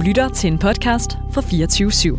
lytter til en podcast fra 24/7.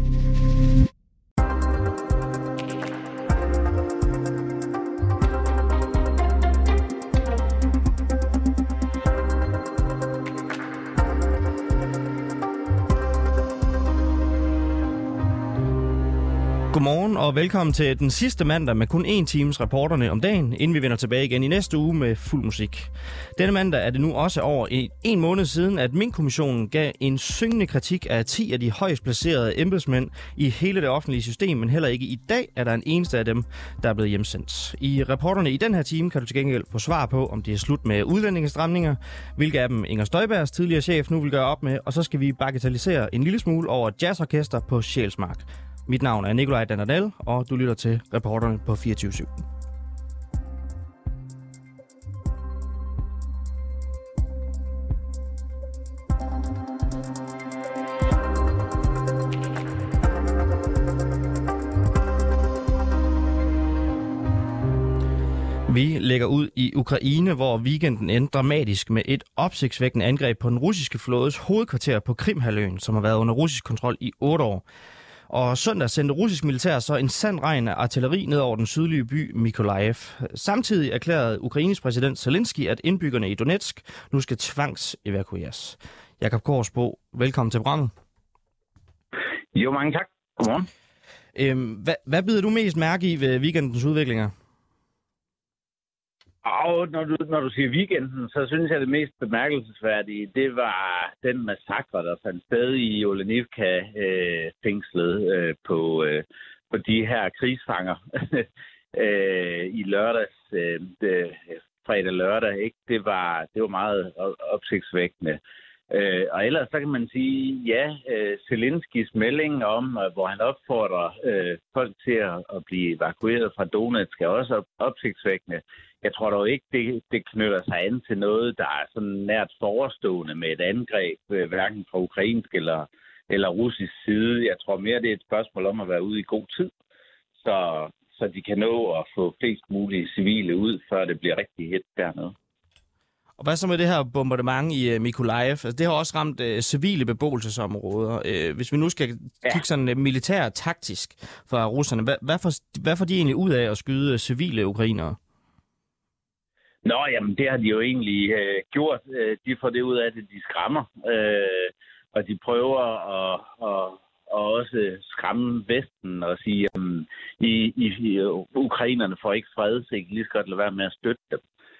Godmorgen og velkommen til den sidste mandag med kun 1 times reporterne om dagen, inden vi vender tilbage igen i næste uge med fuld musik. Denne mandag er det nu også over en måned siden, at Minkkommissionen gav en syngende kritik af 10 af de højst placerede embedsmænd i hele det offentlige system, men heller ikke i dag er der en eneste af dem, der er blevet hjemsendt. I reporterne i den her time kan du til gengæld få svar på, om det er slut med udlændingestramninger, hvilke af dem Inger Støjbergs tidligere chef nu vil gøre op med, og så skal vi bagatellisere en lille smule over jazzorkester på Sjælsmark. Mit navn er Nikolaj Dannerdal, og du lytter til reporterne på 24/7. Vi lægger ud i Ukraine, hvor weekenden endte dramatisk med et opsigtsvækkende angreb på den russiske flådes hovedkvarter på Krimhalvøen, som har været under russisk kontrol i 8 år. Og søndag sendte russisk militær så en sand regn af artilleri ned over den sydlige by Mykolaiv. Samtidig erklærede Ukraines præsident Zelensky, at indbyggerne i Donetsk nu skal tvangsevakueres. Jakob Korsbo, velkommen til programmet. Jo, mange tak. Godmorgen. Hvad bider du mest mærke i ved weekendens udviklinger? Og når du siger weekenden, så synes jeg, det mest bemærkelsesværdige, det var den massakre, der fandt sted i Olenivka-fængslet på de her krigsfanger i lørdags, fredag-lørdag. Ikke? Det var meget opsigtsvækkende. Og ellers så kan man sige, ja, Zelenskys melding om, hvor han opfordrer folk til at blive evakueret fra Donetsk, er også opsigtsvækkende. Jeg tror dog ikke, det knytter sig an til noget, der er sådan nært forestående med et angreb, hverken fra ukrainsk eller russisk side. Jeg tror mere, det er et spørgsmål om at være ude i god tid, så de kan nå at få flest mulige civile ud, før det bliver rigtig hit dernede. Og hvad så med det her bombardement i Mykolaiv? Altså, det har også ramt civile beboelsesområder. Hvis vi nu skal kigge sådan militær taktisk fra russerne, hvad får de egentlig ud af at skyde civile ukrainere? Jamen det har de jo egentlig gjort. De får det ud af det, de skræmmer. Og de prøver at også skræmme Vesten og sige, at ukrainerne får ikke fred, så I kan lige så godt lade være med at støtte dem.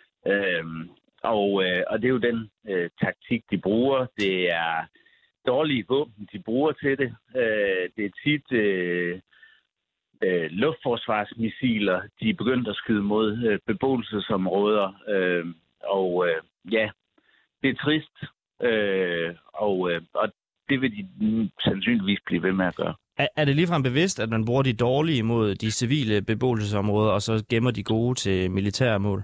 Og det er jo den taktik, de bruger. Det er dårlige våben, de bruger til det. Det er tit luftforsvarsmissiler, de er begyndt at skyde mod beboelsesområder. Det er trist. Og det vil de sandsynligvis blive ved med at gøre. Er det ligefrem bevidst, at man bruger de dårlige mod de civile beboelsesområder, og så gemmer de gode til militære mål?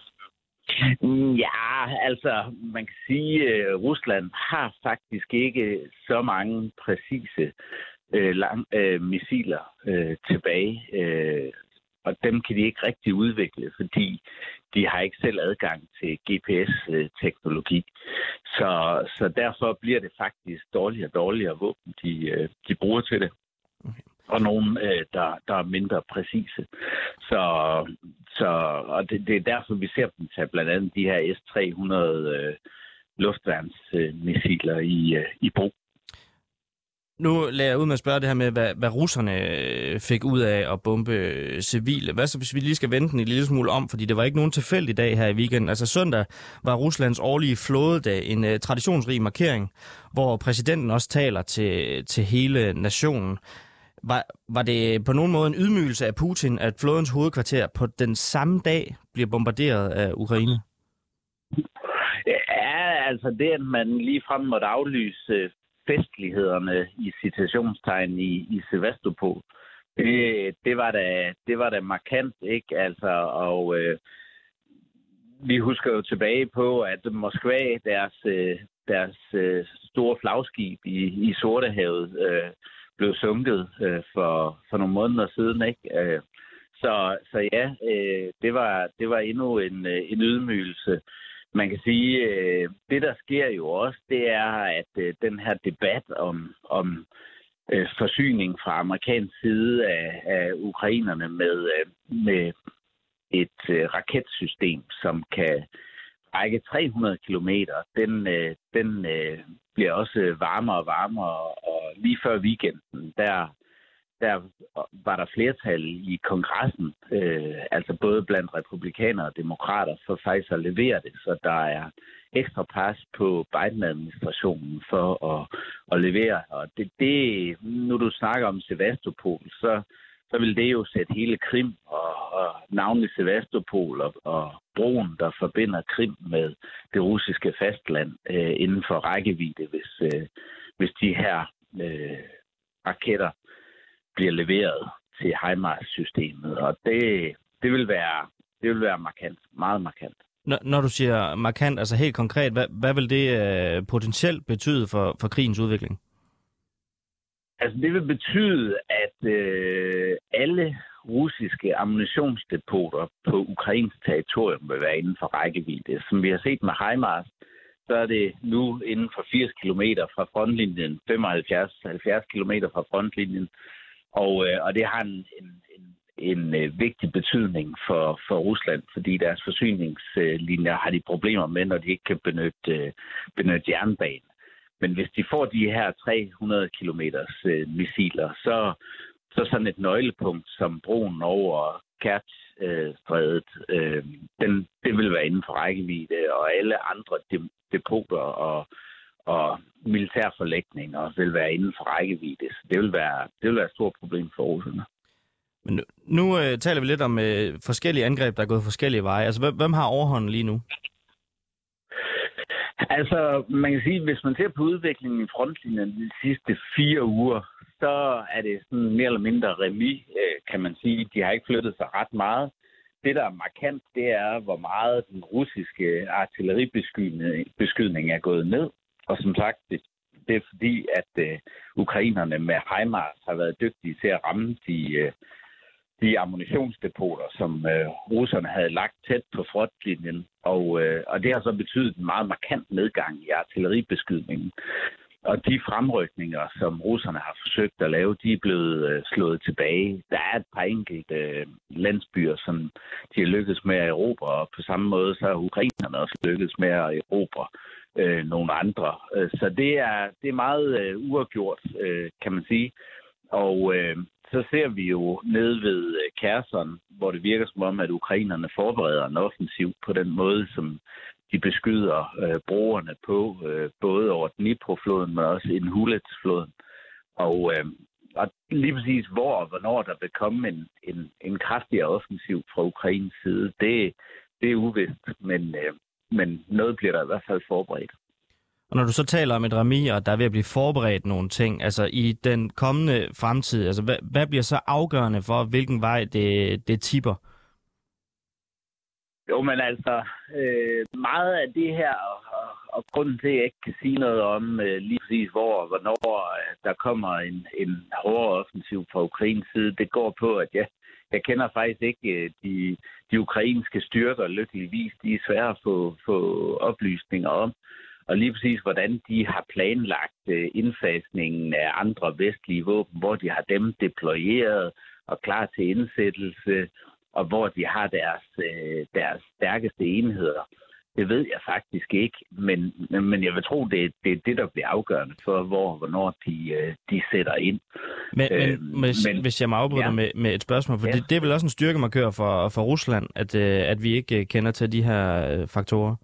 Ja, altså man kan sige, at Rusland har faktisk ikke så mange præcise missiler tilbage, og dem kan de ikke rigtig udvikle, fordi de har ikke selv adgang til GPS-teknologi. Så derfor bliver det faktisk dårligere og dårligere våben, de bruger til det. Okay. Og nogle, der er mindre præcise. Og det er derfor, vi ser dem tage blandt andet de her S-300 luftværnsmissiler i brug. Nu lader jeg ud med at spørge det her med, hvad russerne fik ud af at bombe civile. Hvad så, hvis vi lige skal vende den en lille smule om, fordi det var ikke nogen tilfældig dag her i weekenden. Altså søndag var Ruslands årlige flådedag, en traditionsrig markering, hvor præsidenten også taler til hele nationen. Var det på nogen måde en ydmygelse af Putin, at flådens hovedkvarter på den samme dag bliver bombarderet af Ukraine? Ja, altså det, at man ligefrem måtte aflyse festlighederne i citationstegn i Sevastopol, det var da markant, ikke? Altså, og vi husker jo tilbage på, at Moskva, deres store flagskib i Sortehavet, blev sunket for nogle måneder siden, ikke? Så ja, det var endnu en ydmygelse. man kan sige, det der sker jo også, det er, at den her debat om forsyning fra amerikansk side af ukrainerne med et raketsystem, som kan række 300 kilometer, den bliver også varmere og varmere, og lige før weekenden, der var der flertal i kongressen, altså både blandt republikanere og demokrater, for faktisk at levere det. Så der er ekstra pres på Biden-administrationen for at levere. Og det nu du snakker om Sevastopol, så vil det jo sætte hele Krim og navnlig Sevastopol og broen, der forbinder Krim med det russiske fastland inden for rækkevidde, hvis de her raketter bliver leveret til HIMARS-systemet, og det vil være markant, meget markant. Når du siger markant, altså helt konkret, hvad vil det potentielt betyde for krigens udvikling? Altså det vil betyde, at alle russiske ammunitionsdepoter på ukrainsk territorium vil være inden for rækkevidde. Som vi har set med HIMARS, så er det nu inden for 80 kilometer fra frontlinjen, 75-70 kilometer fra frontlinjen, og det har en vigtig betydning for Rusland, fordi deres forsyningslinjer har de problemer med, når de ikke kan benytte jernbanen. Men hvis de får de her 300 kilometers missiler, så sådan et nøglepunkt som broen over Kertj-strædet, det vil være inden for rækkevidde, og alle andre depoter og militærforlægninger vil være inden for rækkevidde. Så det vil være et stort problem for russerne. Men nu taler vi lidt om forskellige angreb, der er gået forskellige veje. Altså, hvem har overhånden lige nu? Altså, man kan sige, at hvis man ser på udviklingen i frontlinjen de sidste 4 uger, så er det sådan mere eller mindre remis, kan man sige. De har ikke flyttet sig ret meget. Det, der er markant, det er, hvor meget den russiske artilleribeskydning er gået ned. Og som sagt, det er fordi, at ukrainerne med HIMARS har været dygtige til at ramme de ammunitionsdepoter, som russerne havde lagt tæt på frontlinjen. Og det har så betydet en meget markant nedgang i artilleribeskydningen. Og de fremrykninger, som russerne har forsøgt at lave, de er blevet slået tilbage. Der er et par enkelte landsbyer, som de har lykkedes med at erobre, og på samme måde så har ukrainerne også lykkedes med at erobre nogle andre. Så det er meget uafgjort, kan man sige. Og så ser vi jo nede ved Kherson, hvor det virker som om, at ukrainerne forbereder en offensiv på den måde, som de beskyder broerne på, både over Dnipro-floden, men også Inhulets-floden. Og lige præcis hvor og hvornår der vil komme en kraftigere offensiv fra Ukraines side, det er uvist, men noget bliver der i hvert fald forberedt. Og når du så taler om et remis, og der er ved at blive forberedt nogle ting, altså i den kommende fremtid, altså hvad bliver så afgørende for, hvilken vej det tipper? Jo, men altså, meget af det her, og grunden til, at jeg ikke kan sige noget om lige præcis hvor og hvornår der kommer en hårdere offensiv fra Ukraines side, det går på, at jeg kender faktisk ikke de ukrainske styrker, lykkeligvis. De er svære at få oplysninger om. Og lige præcis, hvordan de har planlagt indfasningen af andre vestlige våben, hvor de har dem deployeret og klar til indsættelse, og hvor de har deres stærkeste enheder. Det ved jeg faktisk ikke, men jeg vil tro, det er det, der bliver afgørende for, hvornår de sætter ind. Men hvis jeg må afbryde dig med et spørgsmål, for det er vel også en styrkemarkør for Rusland, at vi ikke kender til de her faktorer?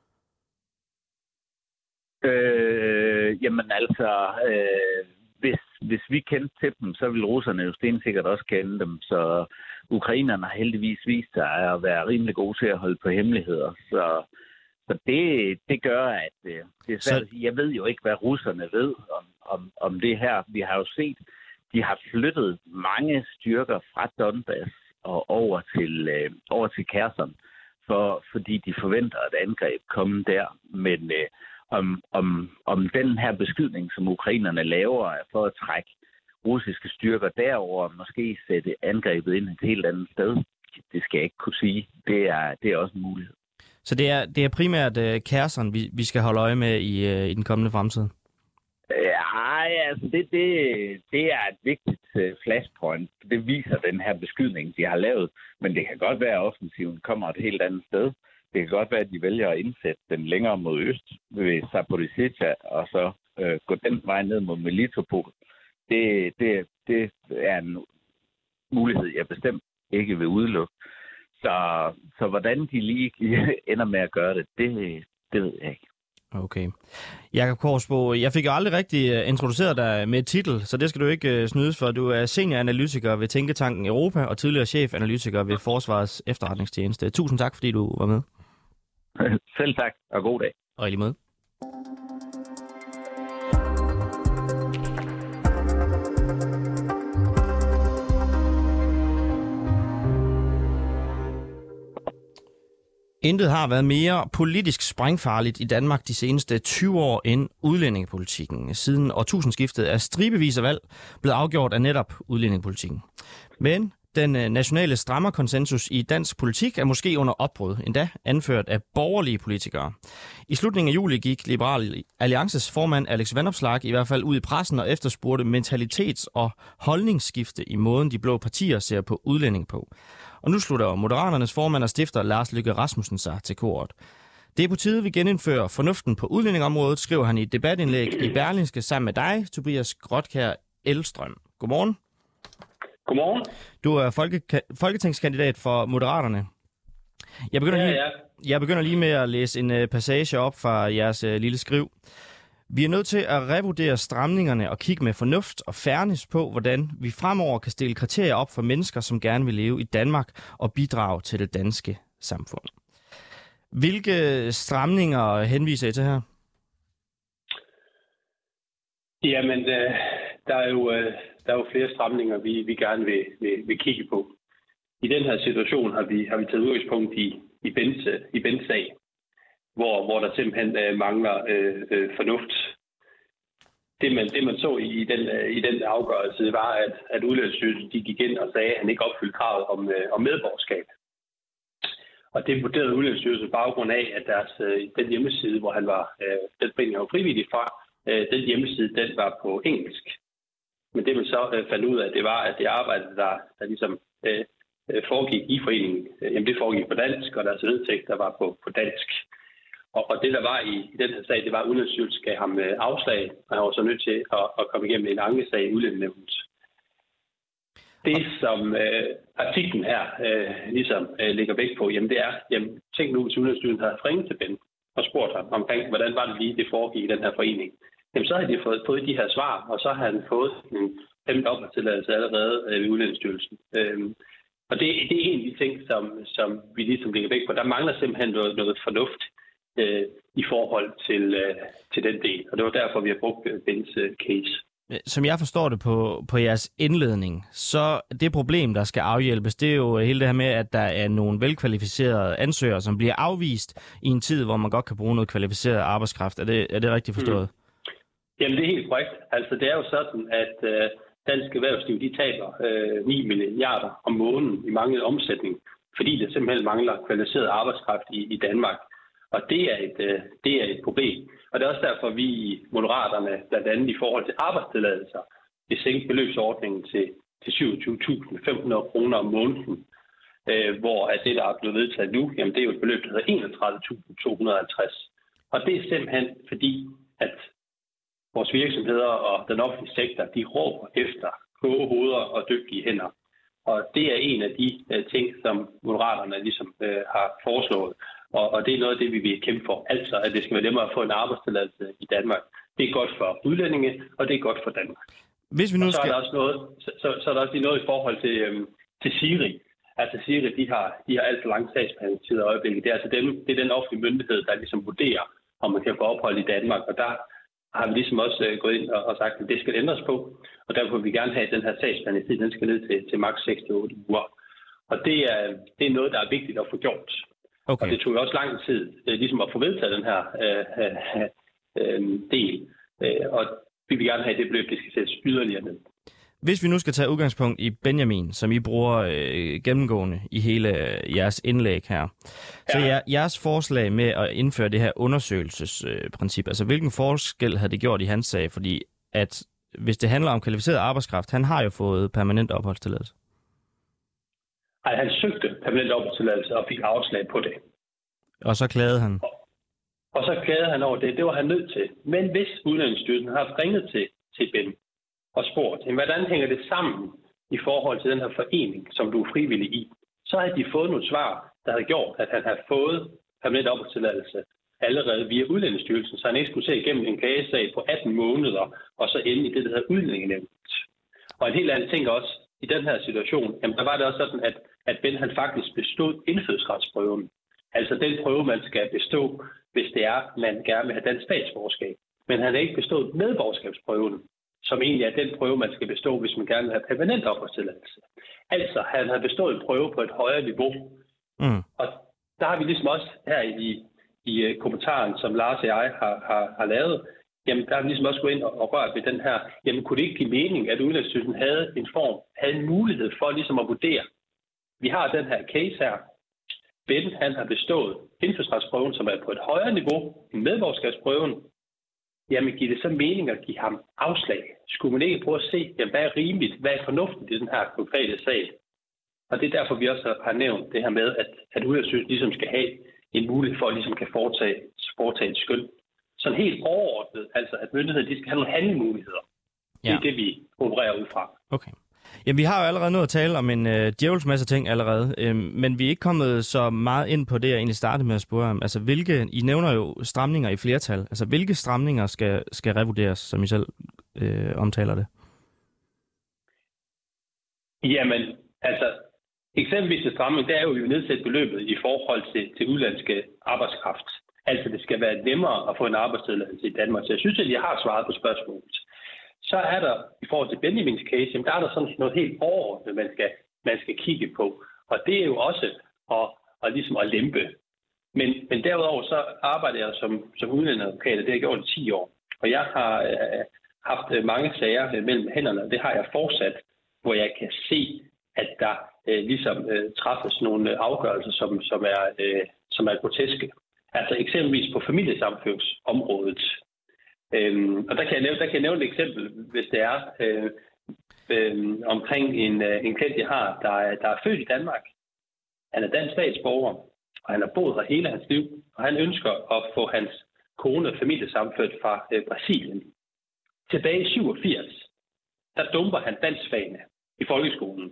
Jamen altså, hvis vi kendte til dem, så vil russerne jo stensikkert også kende dem. Så ukrainerne har heldigvis vist sig at være rimelig gode til at holde på hemmeligheder. Så det gør, at det er svært at sige. Jeg ved jo ikke, hvad russerne ved om det her. Vi har jo set, de har flyttet mange styrker fra Donbass og over til Kherson, fordi de forventer et angreb komme der. Men om den her beskydning, som ukrainerne laver for at trække russiske styrker derover, måske sætte angrebet ind et helt andet sted, det skal jeg ikke kunne sige. Det er også en mulighed. Så det er primært Kærsson, vi skal holde øje med i den kommende fremtid? Ja, altså det er et vigtigt flashpoint. Det viser den her beskydning, de har lavet. Men det kan godt være, at offensiven kommer et helt andet sted. Det kan godt være, at de vælger at indsætte den længere mod øst ved Zaporizhzhia, og så gå den vej ned mod Melitopol. Det er en mulighed, jeg bestemt ikke vil udelukke. Så hvordan de lige ender med at gøre det, det ved jeg ikke. Okay. Jakob Korsbo, jeg fik jo aldrig rigtig introduceret dig med et titel, så det skal du ikke snydes for. Du er senioranalytiker ved Tænketanken Europa og tidligere chefanalytiker ved Forsvarets Efterretningstjeneste. Tusind tak, fordi du var med. Selv tak, og god dag. Og i lige måde. Intet har været mere politisk sprængfarligt i Danmark de seneste 20 år end udlændingepolitikken. Siden årtusindskiftet er stribevis af valg blevet afgjort af netop udlændingepolitikken. Men den nationale strammerkonsensus i dansk politik er måske under opbrud, endda anført af borgerlige politikere. I slutningen af juli gik Liberal Alliances formand Alex Vanopslagh i hvert fald ud i pressen og efterspurgte mentalitets- og holdningsskifte i måden de blå partier ser på udlænding på. Og nu slutter Moderaternes formand og stifter Lars Løkke Rasmussen sig til koret. Det er på tide, vi genindfører fornuften på udlændingområdet, skriver han i et debatindlæg i Berlingske sammen med dig, Tobias Grotkjær Elstrøm. Godmorgen. Godmorgen. Du er folketingskandidat for Moderaterne. Jeg begynder lige med at læse en passage op fra jeres lille skriv. Vi er nødt til at revurdere stramningerne og kigge med fornuft og fairness på, hvordan vi fremover kan stille kriterier op for mennesker, som gerne vil leve i Danmark og bidrage til det danske samfund. Hvilke stramninger henviser I til her? Jamen, der er jo flere stramninger, vi gerne vil kigge på. I den her situation har vi taget udgangspunkt i Bens sag, hvor der simpelthen mangler fornuft. Det man så i den afgørelse var, at Udlændingestyrelsen de gik ind og sagde, at han ikke opfyldte kravet om medborgerskab. Og det vurderede Udlændingestyrelsen baggrund af, at den hjemmeside, hvor han var, den var frivillig fra, den hjemmeside, den var på engelsk. Men det man så fandt ud af, det var, at det arbejde, der ligesom foregik i foreningen, jamen det foregik på dansk, og deres vedtægter var på dansk. Og det, der var i den her sag, det var, at Udlændingestyrelsen gav ham afslag, og han var så nødt til at komme igennem en ankesag i Udlændingenævnet. Det, som artiklen her ligesom ligger vægt på, jamen det er, tænk nu, hvis Udlændingestyrelsen havde ringet til Ben og spurgt ham omkring, hvordan var det lige, det foregik i den her forening. Jamen så havde de fået de her svar, og så havde han fået en hemmelig opholdstilladelse allerede ved Udlændingestyrelsen. Og det er en af de ting, som vi ligesom ligger vægt på. Der mangler simpelthen noget fornuft i forhold til den del. Og det var derfor, vi har brugt Bens case. Som jeg forstår det på jeres indledning, så det problem, der skal afhjælpes, det er jo hele det her med, at der er nogle velkvalificerede ansøgere, som bliver afvist i en tid, hvor man godt kan bruge noget kvalificeret arbejdskraft. Er det rigtigt forstået? Jamen, det er helt korrekt. Altså, det er jo sådan, at dansk erhvervsliv, de taber 9 milliarder om måneden i manglet omsætning, fordi der simpelthen mangler kvalificeret arbejdskraft i Danmark. Og det er et problem. Og det er også derfor, vi i Moderaterne, blandt andet i forhold til arbejdstilladelser, vil sænke beløbsordningen til 27.500 kroner om måneden. Hvor at det, der er blevet vedtaget nu, jamen det er jo et beløb, der hedder 31.250. Og det er simpelthen fordi, at vores virksomheder og den offentlige sektor, de råber efter kloge hoveder og dygtige hænder. Og det er en af de ting, som Moderaterne ligesom har foreslået. Og det er noget af det, vi vil kæmpe for. Altså, at det skal være nemmere at få en arbejdstilladelse i Danmark. Det er godt for udlændinge, og det er godt for Danmark. Hvis vi nu så er der også noget, så er der også lige noget i forhold til SIRI. Altså SIRI, de har alt for lang sagsbehandlingstid i øjeblikket. Det er altså det er den offentlige myndighed, der ligesom vurderer, om man kan få ophold i Danmark. Og der har vi ligesom også gået ind og sagt, at det skal ændres på. Og derfor vil vi gerne have, at den her sagsbehandlingstid, den skal ned til maks 6-8 uger. Og det er noget, der er vigtigt at få gjort. Okay. Og det tog jo også lang tid ligesom at få vedtaget den her del. Og vi vil gerne have, at det beløb, det skal sættes yderligere ned. Hvis vi nu skal tage udgangspunkt i Benjamin, som I bruger gennemgående i hele jeres indlæg her, så jeres forslag med at indføre det her undersøgelsesprincip, altså hvilken forskel havde det gjort i hans sag? Fordi at hvis det handler om kvalificeret arbejdskraft, han har jo fået permanent opholdstilladelse. Ej, han søgte permanent opholdstilladelse og fik afslag på det. Og så klagede han? Og så klagede han over det. Det var han nødt til. Men hvis Udlændingsstyrelsen har ringet til Ben og spurgt, hvordan hænger det sammen i forhold til den her forening, som du er frivillig i, så havde de fået nogle svar, der havde gjort, at han havde fået permanent opholdstilladelse allerede via Udlændingsstyrelsen, så han ikke skulle se igennem en klagesag på 18 måneder, og så ende i det, der hedder Udlændingenævnet. Og en helt anden ting også, i den her situation, jamen der var det også sådan, at Ben han faktisk bestod indfødsretsprøven. Altså den prøve, man skal bestå, hvis det er, man gerne vil have dansk statsborgerskab. Men han har ikke bestået medborgerskabsprøven, som egentlig er den prøve, man skal bestå, hvis man gerne vil have permanent opholdstilladelse. Altså, han har bestået en prøve på et højere niveau. Og der har vi ligesom også her i kommentaren, som Lars og jeg har lavet, jamen der har vi ligesom også gået ind og rørt ved den her, jamen kunne det ikke give mening, at Udlændingsstyrelsen havde en mulighed for ligesom at vurdere. Vi har den her case her. Ben, han har bestået indfødsretsprøven, som er på et højere niveau end medborgerskabsprøven. Jamen, giver det så mening at give ham afslag? Skulle man ikke prøve at se, jamen, hvad er rimeligt, hvad er fornuftigt i den her konkrete sag? Og det er derfor, vi også har nævnt det her med, at Udlændingsstyrelsen ligesom skal have en mulighed for at ligesom kan foretage et skøn. Sådan helt overordnet, altså at myndigheder de skal have nogle handlemuligheder. Ja. Det er det, vi opererer ud fra. Okay. Jamen, vi har jo allerede nået at tale om en djævels masse ting allerede, men vi er ikke kommet så meget ind på det, jeg egentlig startede med at spørge om. Altså, I nævner jo stramninger i flertal. Altså, hvilke stramninger skal revurderes, som I selv omtaler det? Jamen, altså, eksempelvis til stramning, det er jo nedsætte beløbet i forhold til udlandske arbejdskraft. Altså, det skal være nemmere at få en arbejdstilladelse i Danmark. Så jeg synes, at jeg har svaret på spørgsmålet. Så er der, i forhold til Benjamins case, jamen, der er der sådan noget helt overordnet, man skal kigge på. Og det er jo også ligesom at lempe. Men derudover så arbejder jeg som udlændingeadvokat, og det har jeg gjort i 10 år. Og jeg har haft mange sager mellem hænderne, og det har jeg fortsat, hvor jeg kan se, at der ligesom træffes nogle afgørelser, som er groteske. Altså eksempelvis på familiesammenføringsområdet. Og der kan jeg nævne et eksempel, hvis det er omkring en klient, jeg har, der er født i Danmark. Han er dansk statsborger, og han har boet her hele hans liv, og han ønsker at få hans kone familiesammenført fra Brasilien. Tilbage i 87, der dumper han danskfagene i folkeskolen.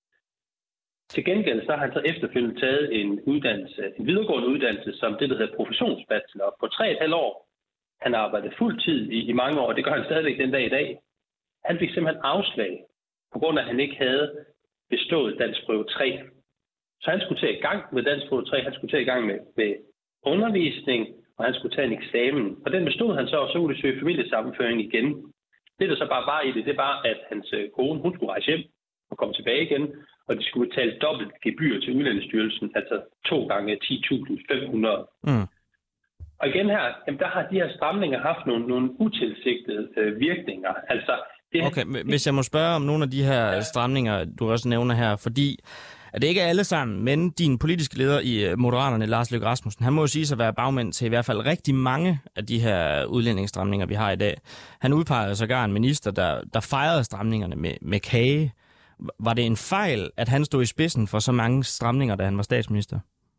Til gengæld så har han så efterfølgende taget en videregående uddannelse, som det, der hedder professionsbachelor, på 3,5 år. Han har arbejdet fuld tid i mange år, og det gør han stadigvæk den dag i dag. Han fik simpelthen afslag, på grund af, at han ikke havde bestået danskprøve 3. Så han skulle tage i gang med danskprøve 3, han skulle tage i gang med undervisning, og han skulle tage en eksamen. Og den bestod han så, og så kunne de søge familiesammenføring igen. Det, der så bare var i det var, at hans kone, hun skulle rejse hjem og komme tilbage igen, og de skulle betale dobbelt gebyr til Udlændingsstyrelsen, altså 2 gange 10.500. Og igen her, jamen der har de her stramninger haft nogle utilsigtede virkninger. Altså, hvis jeg må spørge om nogle af de her stramninger, du også nævner her, fordi at det ikke er alle sammen, men din politiske leder i Moderaterne, Lars Løkke Rasmussen, han må jo sige sig at være bagmænd til i hvert fald rigtig mange af de her udlændingsstramninger, vi har i dag. Han udpegede sågar en minister, der fejrede stramningerne med kage. Var det en fejl, at han stod i spidsen for så mange stramninger, da han var statsminister?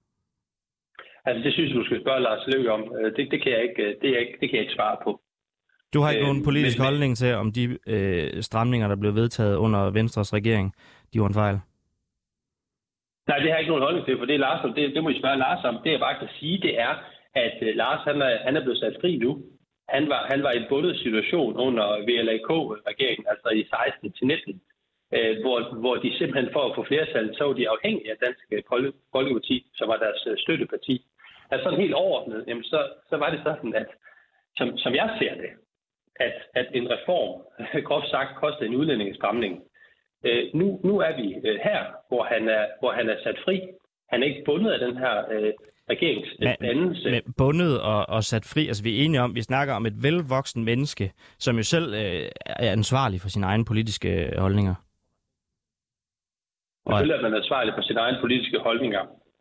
Altså, det synes jeg, du skal spørge Lars Løkke om. Det kan jeg ikke svare på. Du har ikke nogen politisk holdning til, om de stramninger, der blev vedtaget under Venstres regering, de var en fejl? Nej, det har jeg ikke nogen holdning til, for det er Lars, det må I spørge Lars om. Det jeg bare kan sige, det er, at Lars han er blevet sat fri nu. Han var i en bundet situation under VLAK-regeringen, altså i 16 til 19, hvor de simpelthen for at få flertal, så var de afhængige af Dansk Folkeparti, som var deres støtteparti. Altså sådan helt overordnet, jamen så var det sådan, at som jeg ser det, at en reform, groft sagt, koster en udlændingestramning. Nu er vi her, hvor han er sat fri, Han er ikke bundet af den her regeringsdannelse. Men bundet og sat fri, altså vi er enige om, vi snakker om et velvoksen menneske, som jo selv er ansvarlig for sine egne politiske holdninger. Selvfølgelig er man ansvarlig for sine egne politiske holdninger.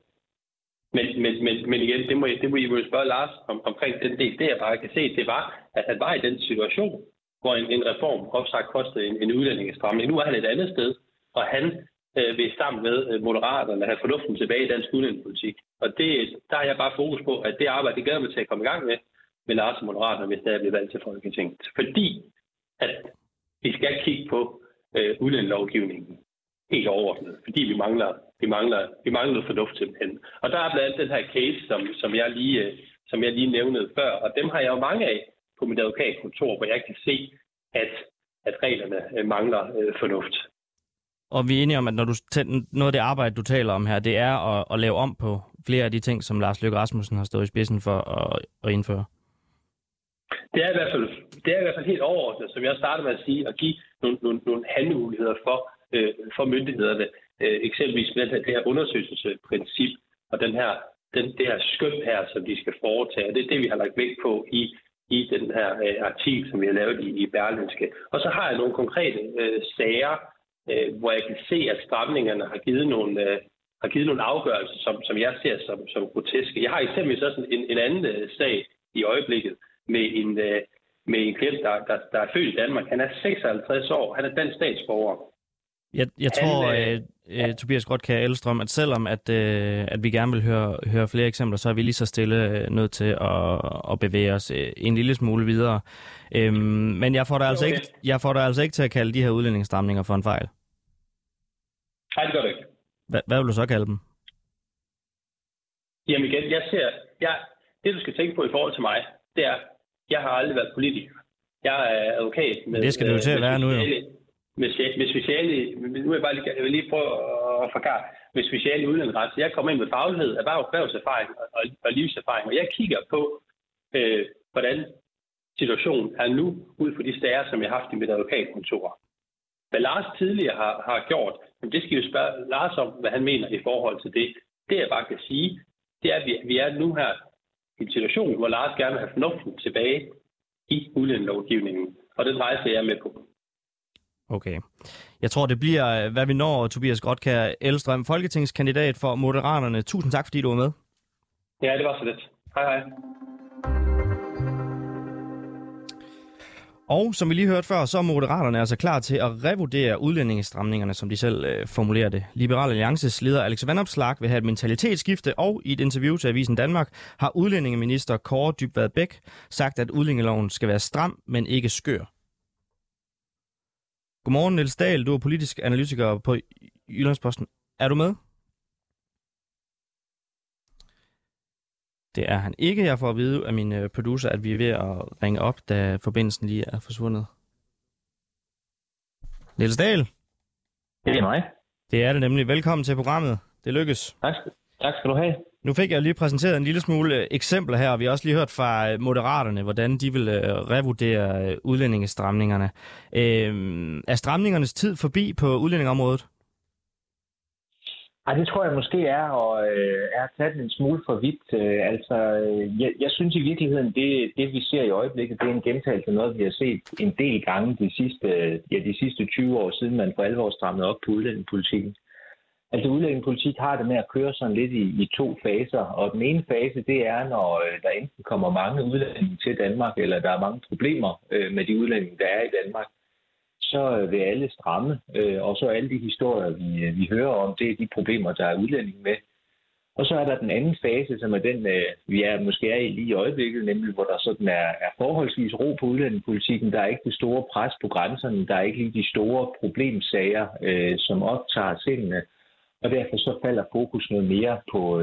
Men igen, det må I jo spørge Lars omkring den del. Det jeg bare kan se, det var, at han var i den situation, hvor en reform opsagt kostede en udlændingestramning. Nu er han et andet sted, og han vil sammen med Moderaterne have fornuften tilbage i dansk udlændingepolitik. Og der har jeg bare fokus på, at det arbejde, det glæder mig til at komme i gang med Lars og Moderaterne, hvis der bliver valgt til Folketinget. Fordi at vi skal kigge på udlændingelovgivningen helt overordnet, fordi vi mangler noget fornuft simpelthen. Og der er blandt andet den her case, som jeg lige nævnede før, og dem har jeg jo mange af på mit advokatkontor, hvor jeg kan se, at reglerne mangler fornuft. Og vi er enige om, at når noget af det arbejde, du taler om her, det er at lave om på flere af de ting, som Lars Løkke Rasmussen har stået i spidsen for at indføre. Det er i hvert fald helt overordnet, som jeg startede med at sige, at give nogle handlemuligheder for myndighederne. Eksempelvis med det her undersøgelsesprincip og det her skøn her, som de skal foretage. Det er det, vi har lagt vægt på i den her artikel, som vi har lavet i Berlingske. Og så har jeg nogle konkrete sager, hvor jeg kan se, at stramningerne har givet nogle afgørelser, som jeg ser som groteske. Jeg har eksempelvis også en anden sag i øjeblikket med en klient, der er født i Danmark. Han er 56 år. Han er dansk statsborger. Jeg tror, Tobias Grotkjær Ellestrøm, at selvom at vi gerne vil høre flere eksempler, så er vi lige så stille nødt til at bevæge os en lille smule videre. Men jeg får dig altså ikke til at kalde de her udlændingsstramninger for en fejl. Nej, det gør du ikke. Hvad vil du så kalde dem? Jamen igen, det du skal tænke på i forhold til mig, det er, jeg har aldrig været politiker. Jeg er advokat med... Det skal du til at være nu, jo. Med speciale, nu vil jeg vil lige prøve at forklare, med speciale i udlændingeret. Jeg kommer ind med faglighed, erhvervserfaring og livserfaring, og jeg kigger på, hvordan situationen er nu, ud fra de sager, som jeg har haft i mit advokatkontor. Hvad Lars tidligere har gjort, det skal vi spørge Lars om, hvad han mener i forhold til det. Det jeg bare kan sige, det er, at vi er nu her i en situation, hvor Lars gerne vil have fornuften tilbage i udlændingelovgivningen, og den rejser jeg med på. Okay. Jeg tror, det bliver, hvad vi når, Tobias Grotkjær Ellestrøm, folketingskandidat for Moderaterne. Tusind tak, fordi du var med. Ja, det var så lidt. Hej. Og som vi lige hørte før, så er Moderaterne altså klar til at revurdere udlændingestramningerne, som de selv formulerer det. Liberal Alliances leder Alex Vanopslagh vil have et mentalitetsskifte, og i et interview til Avisen Danmark har udlændingeminister Kaare Dybvad Bek sagt, at udlændingeloven skal være stram, men ikke skør. Godmorgen, Niels Dahl. Du er politisk analytiker på Jyllandsposten. Er du med? Det er han ikke. Jeg får at vide af min producer, at vi er ved at ringe op, da forbindelsen lige er forsvundet. Niels Dahl? Det er mig. Det er det nemlig. Velkommen til programmet. Det lykkes. Tak skal du have. Nu fik jeg lige præsenteret en lille smule eksempler her, og vi har også lige hørt fra Moderaterne, hvordan de vil revurdere udlændingestramningerne. Er stramningernes tid forbi på udlændingeområdet? Ej, det tror jeg måske er taget en smule for vidt. Jeg synes i virkeligheden, det vi ser i øjeblikket, det er en gentagelse af noget, vi har set en del gange de sidste 20 år siden, man for alvor strammede op på udlændingepolitikken. Altså udlændingepolitik har det med at køre sådan lidt i to faser, og den ene fase, det er, når der enten kommer mange udlændinge til Danmark, eller der er mange problemer med de udlændinge, der er i Danmark, så vil alle stramme, og så alle de historier, vi hører om, det er de problemer, der er udlændinge med. Og så er der den anden fase, som er den, vi måske er i lige i øjeblikket, nemlig hvor der sådan er forholdsvis ro på udlændingepolitikken. Der er ikke det store pres på grænserne, der er ikke lige de store problemsager, som optager sindene. Og derfor så falder fokus noget mere på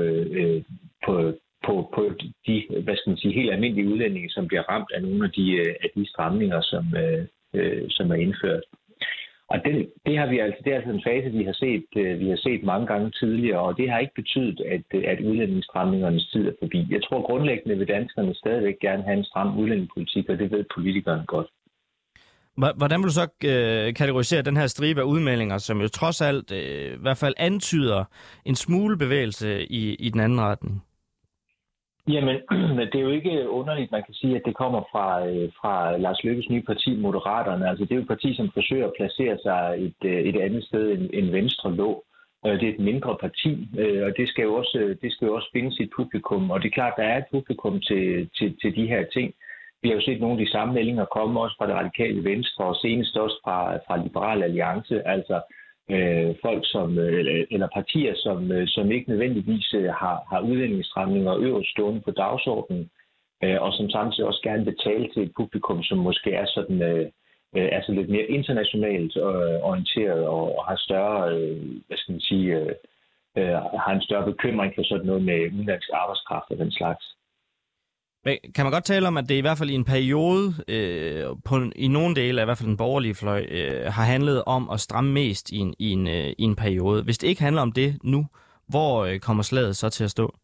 de, helt almindelige udlændinge, som bliver ramt af nogle af de stramninger, som er indført. Og det er altså en fase, vi har set mange gange tidligere, og det har ikke betydet, at udlændingsstramningernes tid er forbi. Jeg tror grundlæggende vil danskerne stadigvæk gerne have en stram udlændingepolitik, og det ved politikerne godt. Hvordan vil du så kategorisere den her stribe af udmeldinger, som jo trods alt i hvert fald antyder en smule bevægelse i den anden retning? Jamen, det er jo ikke underligt, man kan sige, at det kommer fra Lars Løkkes nye parti, Moderaterne. Altså, det er jo et parti, som forsøger at placere sig et andet sted end Venstre lå. Det er et mindre parti, og det skal jo også finde sit publikum. Og det er klart, der er et publikum til de her ting. Vi har jo set nogle af de samme meldinger komme også fra det radikale Venstre, og senest også fra Liberal Alliance, altså folk eller partier, som ikke nødvendigvis har udlændingsstramninger øverst stående på dagsordenen, og som samtidig også gerne vil tale til et publikum, som måske er sådan lidt mere internationalt orienteret og har større, har en større bekymring for sådan noget med udenlandsk arbejdskraft og den slags. Kan man godt tale om, at det i hvert fald i en periode, i nogle dele af i hvert fald den borgerlige fløj, har handlet om at stramme mest i en periode? Hvis det ikke handler om det nu, hvor kommer slaget så til at stå?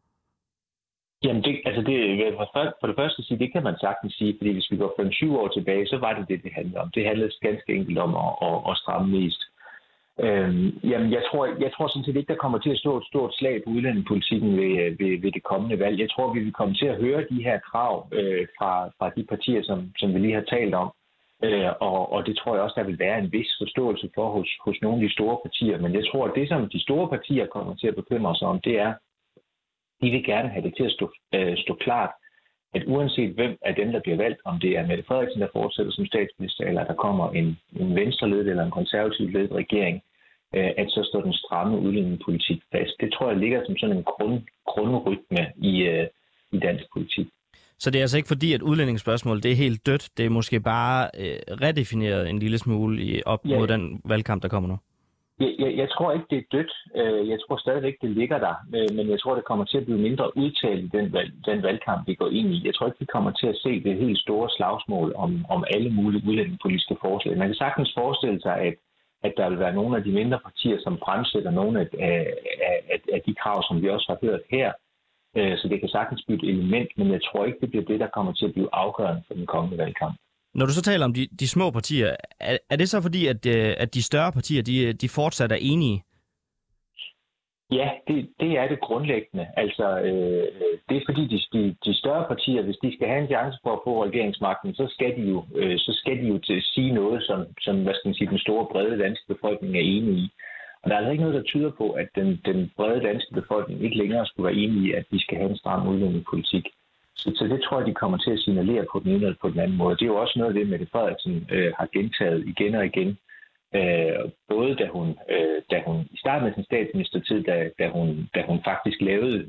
Jamen, for det første sige, det kan man sagtens sige, fordi hvis vi går 5-7 år tilbage, så var det handlede om. Det handlede ganske enkelt om at stramme mest. Jamen, jeg tror sådan set ikke, der kommer til at stå et stort slag på udlændingepolitikken ved det kommende valg. Jeg tror, vi vil komme til at høre de her krav fra de partier, som vi lige har talt om. Og det tror jeg også, der vil være en vis forståelse for hos nogle af de store partier. Men jeg tror, at det, som de store partier kommer til at bekymre sig om, det er, de vil gerne have det til at stå klart, at uanset hvem af dem, der bliver valgt, om det er Mette Frederiksen, der fortsætter som statsminister, eller der kommer en venstreledet eller en konservativ ledet regering, at så står den stramme udlændingepolitik fast. Det tror jeg ligger som sådan en grundrytme i dansk politik. Så det er altså ikke fordi, at udlændingsspørgsmål det er helt dødt. Det er måske bare redefineret en lille smule op mod den valgkamp, der kommer nu? Jeg tror ikke, det er dødt. Jeg tror stadigvæk, det ligger der. Men jeg tror, det kommer til at blive mindre udtalt i den valgkamp, vi går ind i. Jeg tror ikke, vi kommer til at se det helt store slagsmål om alle mulige udlændingepolitiske forslag. Man kan sagtens forestille sig, at der vil være nogle af de mindre partier, som fremsætter nogle af de krav, som vi også har hørt her. Så det kan sagtens blive et element, men jeg tror ikke, det bliver det, der kommer til at blive afgørende for den kommende valgkamp. Når du så taler om de små partier, er det så fordi, at de større partier, de fortsat er enige? Ja, det er det grundlæggende. Altså, det er fordi de større partier, hvis de skal have en chance for at få regeringsmagten, så skal de jo til at sige noget, som hvad skal man sige, den store brede danske befolkning er enige i. Og der er altså ikke noget, der tyder på, at den brede danske befolkning ikke længere skulle være enige i, at vi skal have en stram udlændingepolitik. Så det tror jeg, de kommer til at signalere på den ene eller på den anden måde. Det er jo også noget af det, Mette Frederiksen har gentaget igen og igen. Både da hun i starten af sin statsministertid, da hun faktisk lavede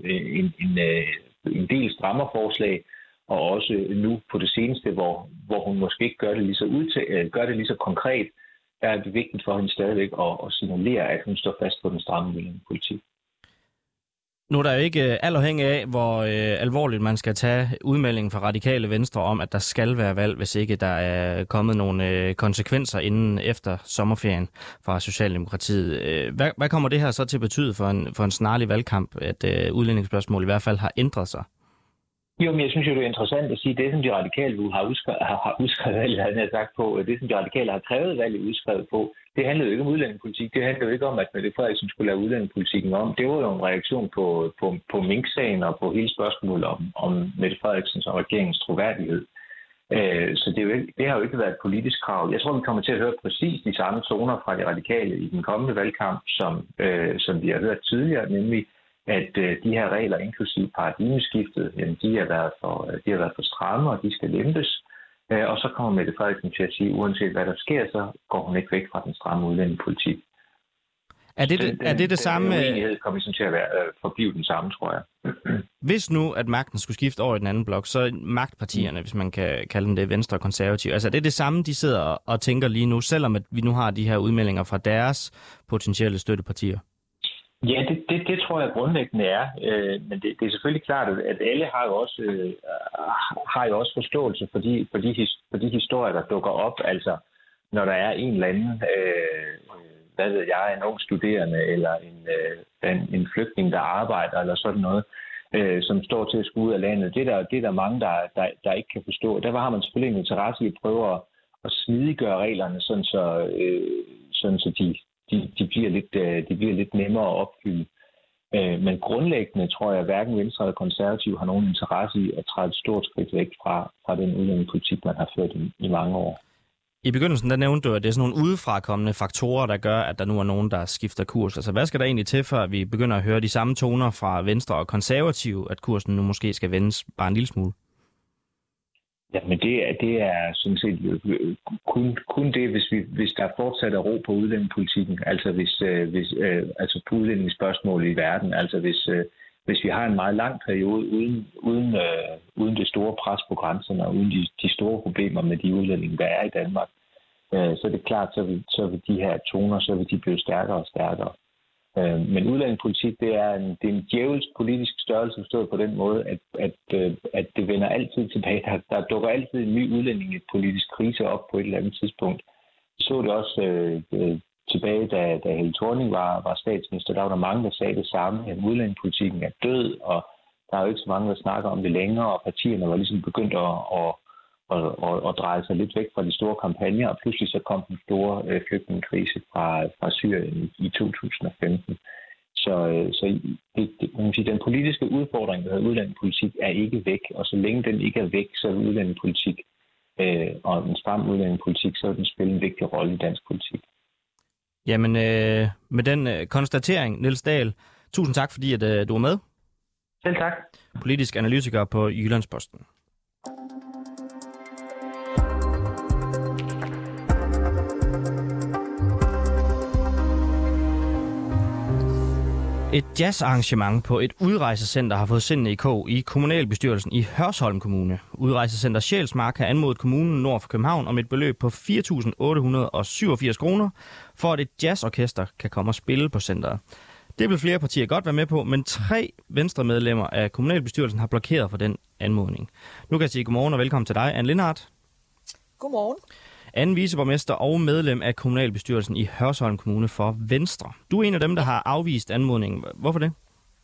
en del strammerforslag, og også nu på det seneste, hvor hun måske ikke gør det lige så konkret, er det vigtigt for hende stadigvæk at signalere, at hun står fast på den stramme udlændingepolitik. Nu er der jo ikke alt afhængig af, hvor alvorligt man skal tage udmeldingen fra Radikale Venstre om, at der skal være valg, hvis ikke der er kommet nogle konsekvenser inden efter sommerferien fra Socialdemokratiet. Hvad kommer det her så til at betyde for en snarlig valgkamp, at udlændingsspørgsmål i hvert fald har ændret sig? Jo, men jeg synes jo, det er interessant at sige, at det, som de radikale har udskrevet valget, havde jeg sagt på, det, som de radikale har krævet valget udskrevet på, det handlede jo ikke om udlændingepolitik. Det handlede jo ikke om, at Mette Frederiksen skulle lave udlændingepolitikken om. Det var jo en reaktion på Mink-sagen og på hele spørgsmålet om Mette Frederiksens og regeringens troværdighed. Så det har jo ikke været et politisk krav. Jeg tror, vi kommer til at høre præcis de samme toner fra de radikale i den kommende valgkamp, som vi har hørt tidligere, nemlig at de her regler, inklusive paradigmeskiftet, de har været for stramme, og de skal lempes. Og så kommer Mette Frederiksen til at sige, uanset hvad der sker, så går hun ikke væk fra den stramme udlændingepolitik. Er det det samme? Den uenighed kommer til at forblive den samme, tror jeg. Hvis nu, at magten skulle skifte over i den anden blok, så magtpartierne, hvis man kan kalde dem det, Venstre og Konservative, altså er det det samme, de sidder og tænker lige nu, selvom at vi nu har de her udmeldinger fra deres potentielle støttepartier? Ja, det tror jeg grundlæggende er. Men det er selvfølgelig klart, at alle har jo også forståelse for de historier, der dukker op. Altså, når der er en eller anden, en ung studerende eller en flygtning, der arbejder eller sådan noget, som står til at skulle ud af landet. Det er der mange, der ikke kan forstå. Derfor har man selvfølgelig en interesse i at prøve smidiggøre reglerne, sådan så de bliver lidt nemmere at opfylde. Men grundlæggende tror jeg, at hverken Venstre eller Konservative har nogen interesse i at træde et stort skridt væk fra den udlændingepolitik, man har ført i mange år. I begyndelsen der nævnte du, at det er sådan nogle udefrakommende faktorer, der gør, at der nu er nogen, der skifter kurs. Altså hvad skal der egentlig til, før vi begynder at høre de samme toner fra Venstre og Konservative, at kursen nu måske skal vendes bare en lille smule? Jamen det er sådan set kun det, hvis der fortsat er ro på udlændingepolitikken, altså på udlændingsspørgsmål i verden, altså hvis vi har en meget lang periode uden det store pres på grænserne og uden de store problemer med de udlændinge, der er i Danmark, så er det klart, så vil de her toner, så vil de blive stærkere og stærkere. Men udlændingepolitik, det er en djævelsk politisk størrelse forstået på den måde, at det vender altid tilbage. Der dukker altid en ny udlændingepolitisk krise op på et eller andet tidspunkt. Vi så det også tilbage, da Helle Thorning var statsminister. Der var der mange, der sagde det samme, at udlændingepolitikken er død, og der er jo ikke så mange, der snakker om det længere, og partierne var ligesom begyndt at dreje sig lidt væk fra de store kampagner, og pludselig så kom den store flygtningekrise fra Syrien i 2015. Så man kan sige, den politiske udfordring, der hedder udlændingepolitik, er ikke væk, og så længe den ikke er væk, så er udlændingepolitik og en stram udlændingepolitik, så vil den spille en vigtig rolle i dansk politik. Jamen, med den konstatering, Niels Dahl, tusind tak, fordi at du var med. Selv tak. Politisk analytiker på Jyllandsposten. Et jazzarrangement på et udrejsecenter har fået sindene i kog i kommunalbestyrelsen i Hørsholm Kommune. Udrejsecenter Sjælsmark har anmodet kommunen nord for København om et beløb på 4.887 kroner, for at et jazzorkester kan komme og spille på centeret. Det vil flere partier godt være med på, men 3 venstremedlemmer af kommunalbestyrelsen har blokeret for den anmodning. Nu kan jeg sige godmorgen og velkommen til dig, Anne Lindhardt. Godmorgen. Anden viceborgmester og medlem af kommunalbestyrelsen i Hørsholm Kommune for Venstre. Du er en af dem, der har afvist anmodningen. Hvorfor det?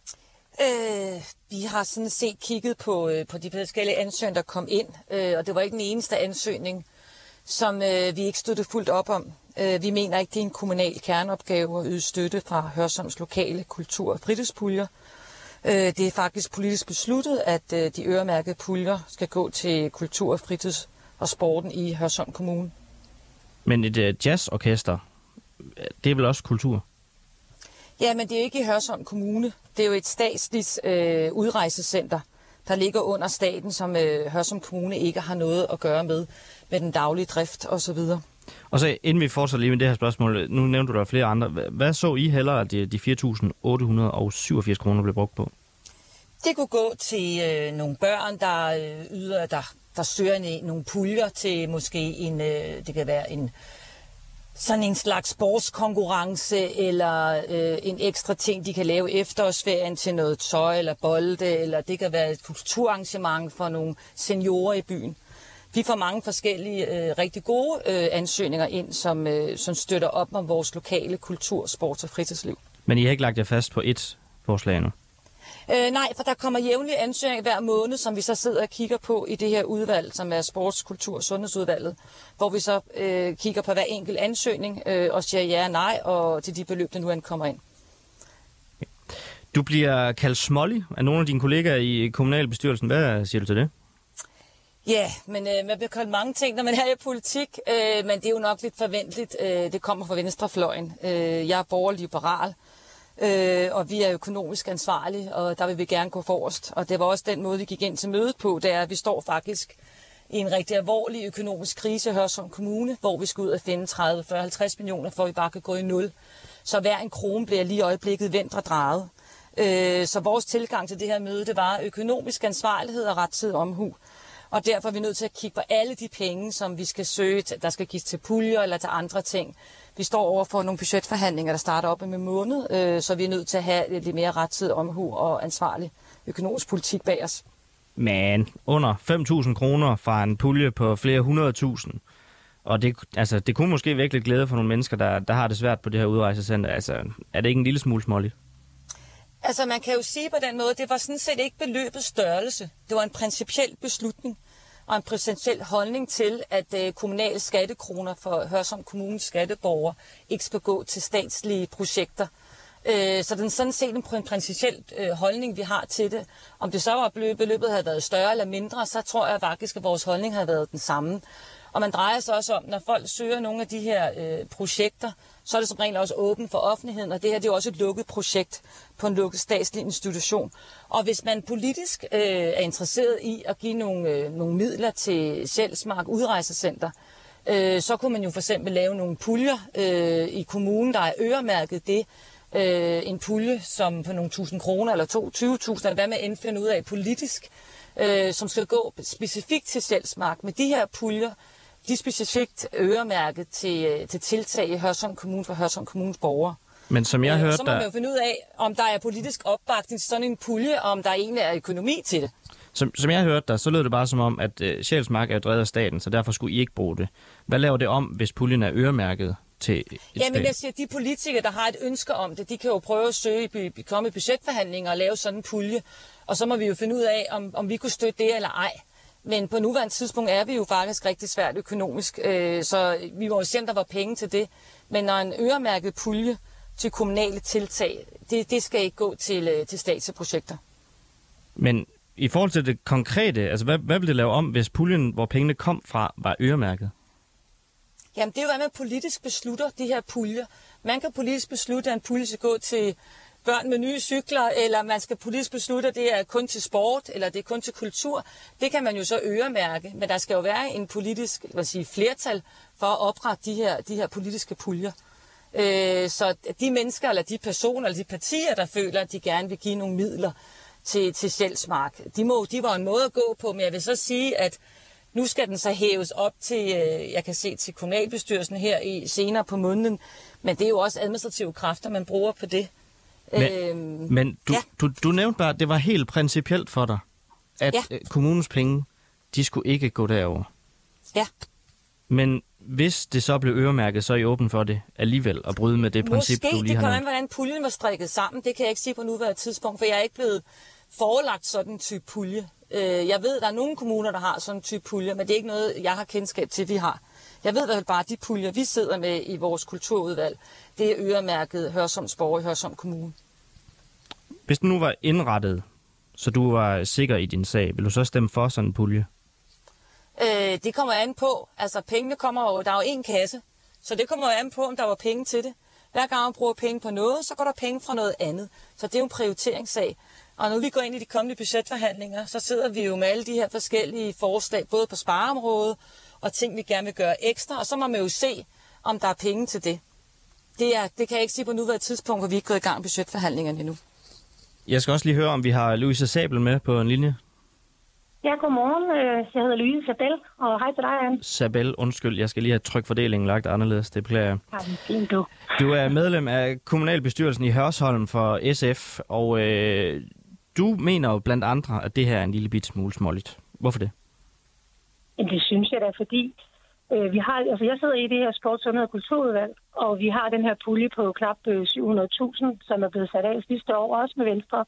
Vi har sådan set kigget på de forskellige ansøgninger, der kom ind, og det var ikke den eneste ansøgning, som vi ikke støttede fuldt op om. Vi mener ikke, det er en kommunal kerneopgave at yde støtte fra Hørsholms lokale kultur- og fritidspuljer. Det er faktisk politisk besluttet, at de øremærkede puljer skal gå til kultur, fritids og sporten i Hørsholm Kommune. Men et jazzorkester, det er vel også kultur? Ja, men det er ikke i Hørsholm Kommune. Det er jo et statsligt udrejsecenter, der ligger under staten, som Hørsholm Kommune ikke har noget at gøre med den daglige drift osv. Og så inden vi fortsætter lige med det her spørgsmål, nu nævnte du der flere andre. Hvad så I hellere, at de 4.887 kroner blev brugt på? Det kunne gå til nogle børn, der søger nogle puljer til måske det kan være sådan en slags sportskonkurrence, eller en ekstra ting, de kan lave efterårsferien til noget tøj eller bolde, eller det kan være et kulturarrangement for nogle seniorer i byen. Vi får mange forskellige rigtig gode ansøgninger ind, som støtter op om vores lokale kultur, sports- og fritidsliv. Men I har ikke lagt jer fast på ét forslag nu? Nej, for der kommer jævnlige ansøgninger hver måned, som vi så sidder og kigger på i det her udvalg, som er sports-, kultur- og sundhedsudvalget, hvor vi så kigger på hver enkelt ansøgning og siger ja og nej, og til de beløb, der nu kommer ind. Du bliver kaldt smålig af nogle af dine kollegaer i kommunalbestyrelsen. Hvad siger du til det? Ja, men man bliver kaldt mange ting, når man er i politik, men det er jo nok lidt forventeligt. Det kommer fra venstrefløjen. Jeg er borgerlig-liberal. Og vi er økonomisk ansvarlige, og der vil vi gerne gå forrest. Og det var også den måde, vi gik ind til mødet på, det er, at vi står faktisk i en rigtig alvorlig økonomisk krise i Hørsholm Kommune, hvor vi skal ud og finde 30, 40, 50 millioner, for at vi bare kan gå i nul. Så hver en krone bliver lige i øjeblikket vendt og drejet. Så vores tilgang til det her møde, det var økonomisk ansvarlighed og rettidig omhu. Og derfor er vi nødt til at kigge på alle de penge, som vi skal søge, der skal gives til puljer eller til andre ting. Vi står over for nogle budgetforhandlinger, der starter op om en måned, så vi er nødt til at have lidt mere rettidig omhu og ansvarlig økonomisk politik bag os. Men under 5.000 kroner fra en pulje på flere 100.000, og det kunne måske vække lidt glæde for nogle mennesker, der har det svært på det her udrejsecenter. Altså, er det ikke en lille smule småligt? Altså, man kan jo sige på den måde, det var sådan set ikke beløbets størrelse. Det var en principiel beslutning. og en potentiel holdning til, at kommunale skattekroner for Hørsholm Kommunes skatteborgere ikke skal gå til statslige projekter. Så den sådan set en principiel holdning, vi har til det. Om det så var beløbet havde været større eller mindre, så tror jeg faktisk, at vores holdning havde været den samme. Og man drejer sig også om, når folk søger nogle af de her projekter, så er det som regel også åbent for offentligheden, og det her det er også et lukket projekt på en lukket statslig institution. Og hvis man politisk er interesseret i at give nogle midler til Sjælsmark Udrejsecenter, så kunne man jo for eksempel lave nogle puljer i kommunen, der er øremærket det. En pulje som på nogle 1.000 kroner eller 20.000, eller hvad man end finder ud af politisk, som skal gå specifikt til Sjælsmark. Med de her puljer, de er specifikt øremærket til tiltag i Hørsholm Kommune for Hørsholm Kommunes borgere. Men som jeg hørte, så må man jo finde ud af, om der er politisk opbakning til sådan en pulje, og om der egentlig er økonomi til det. Som jeg hørte dig, så lød det bare som om, at Sjælsmark er drevet af staten, så derfor skulle I ikke bruge det. Hvad laver det om, hvis puljen er øremærket til Jamen jeg siger, at de politikere, der har et ønske om det, de kan jo prøve at søge i kommende budgetforhandlinger og lave sådan en pulje. Og så må vi jo finde ud af, om vi kunne støtte det eller ej. Men på nuværende tidspunkt er vi jo faktisk rigtig svært økonomisk, så vi må jo se, om der var penge til det. Men når en øremærket pulje til kommunale tiltag, det skal ikke gå til statslige projekter. Men i forhold til det konkrete, altså hvad vil det lave om, hvis puljen, hvor pengene kom fra, var øremærket? Jamen det er jo, hvad man politisk beslutter, de her puljer. Man kan politisk beslutte, at en pulje skal gå til børn med nye cykler, eller man skal politisk beslutte, at det er kun til sport, eller det er kun til kultur. Det kan man jo så øremærke, men der skal jo være en politisk flertal for at oprette de her politiske puljer. Så de mennesker, eller de personer, eller de partier, der føler, at de gerne vil give nogle midler til Sjælsmark, de var en måde at gå på, men jeg vil så sige, at nu skal den så hæves op til, jeg kan se, til kommunalbestyrelsen her senere på måneden, men det er jo også administrative kræfter, man bruger på det. Men du nævnte bare, at det var helt principielt for dig, at kommunens penge, de skulle ikke gå derover. Ja. Men hvis det så blev øremærket, så er I åben for det alligevel at bryde med det princip, du lige har nævnt. Måske, det kommer an, hvordan puljen var strikket sammen. Det kan jeg ikke sige på nuværende tidspunkt, for jeg er ikke blevet forelagt sådan en type pulje. Jeg ved, der er nogle kommuner, der har sådan en type pulje, men det er ikke noget, jeg har kendskab til, vi har. Jeg ved vel bare, at de puljer, vi sidder med i vores kulturudvalg, det er øremærket Hørsholms borgere i Hørsholm Kommune. Hvis du nu var indrettet, så du var sikker i din sag, vil du så stemme for sådan en pulje? Det kommer an på. Altså pengene kommer jo, der er jo en kasse, så det kommer an på, om der var penge til det. Hver gang man bruger penge på noget, så går der penge fra noget andet. Så det er jo en prioriteringssag. Og når vi går ind i de kommende budgetforhandlinger, så sidder vi jo med alle de her forskellige forslag, både på spareområdet og ting, vi gerne vil gøre ekstra. Og så må man jo se, om der er penge til det. Det kan jeg ikke sige på nuværende tidspunkt, hvor vi ikke er gået i gang med budgetforhandlingerne endnu. Jeg skal også lige høre, om vi har Louise Sabel med på en linje. Ja, godmorgen. Jeg hedder Louise Sabel, og hej til dig, Anne. Sabel, undskyld, jeg skal lige have trykfordelingen lagt anderledes, det beklager jeg. Ja, fint du. Du er medlem af kommunalbestyrelsen i Hørsholm for SF, og du mener jo blandt andre, at det her er en lille bit smule småligt. Hvorfor det? Jamen, det synes jeg da, fordi jeg sidder i det her sports-, sundhed- og kulturudvalg, og vi har den her pulje på knap 700.000, som er blevet sat af sidste år, også med Venstre,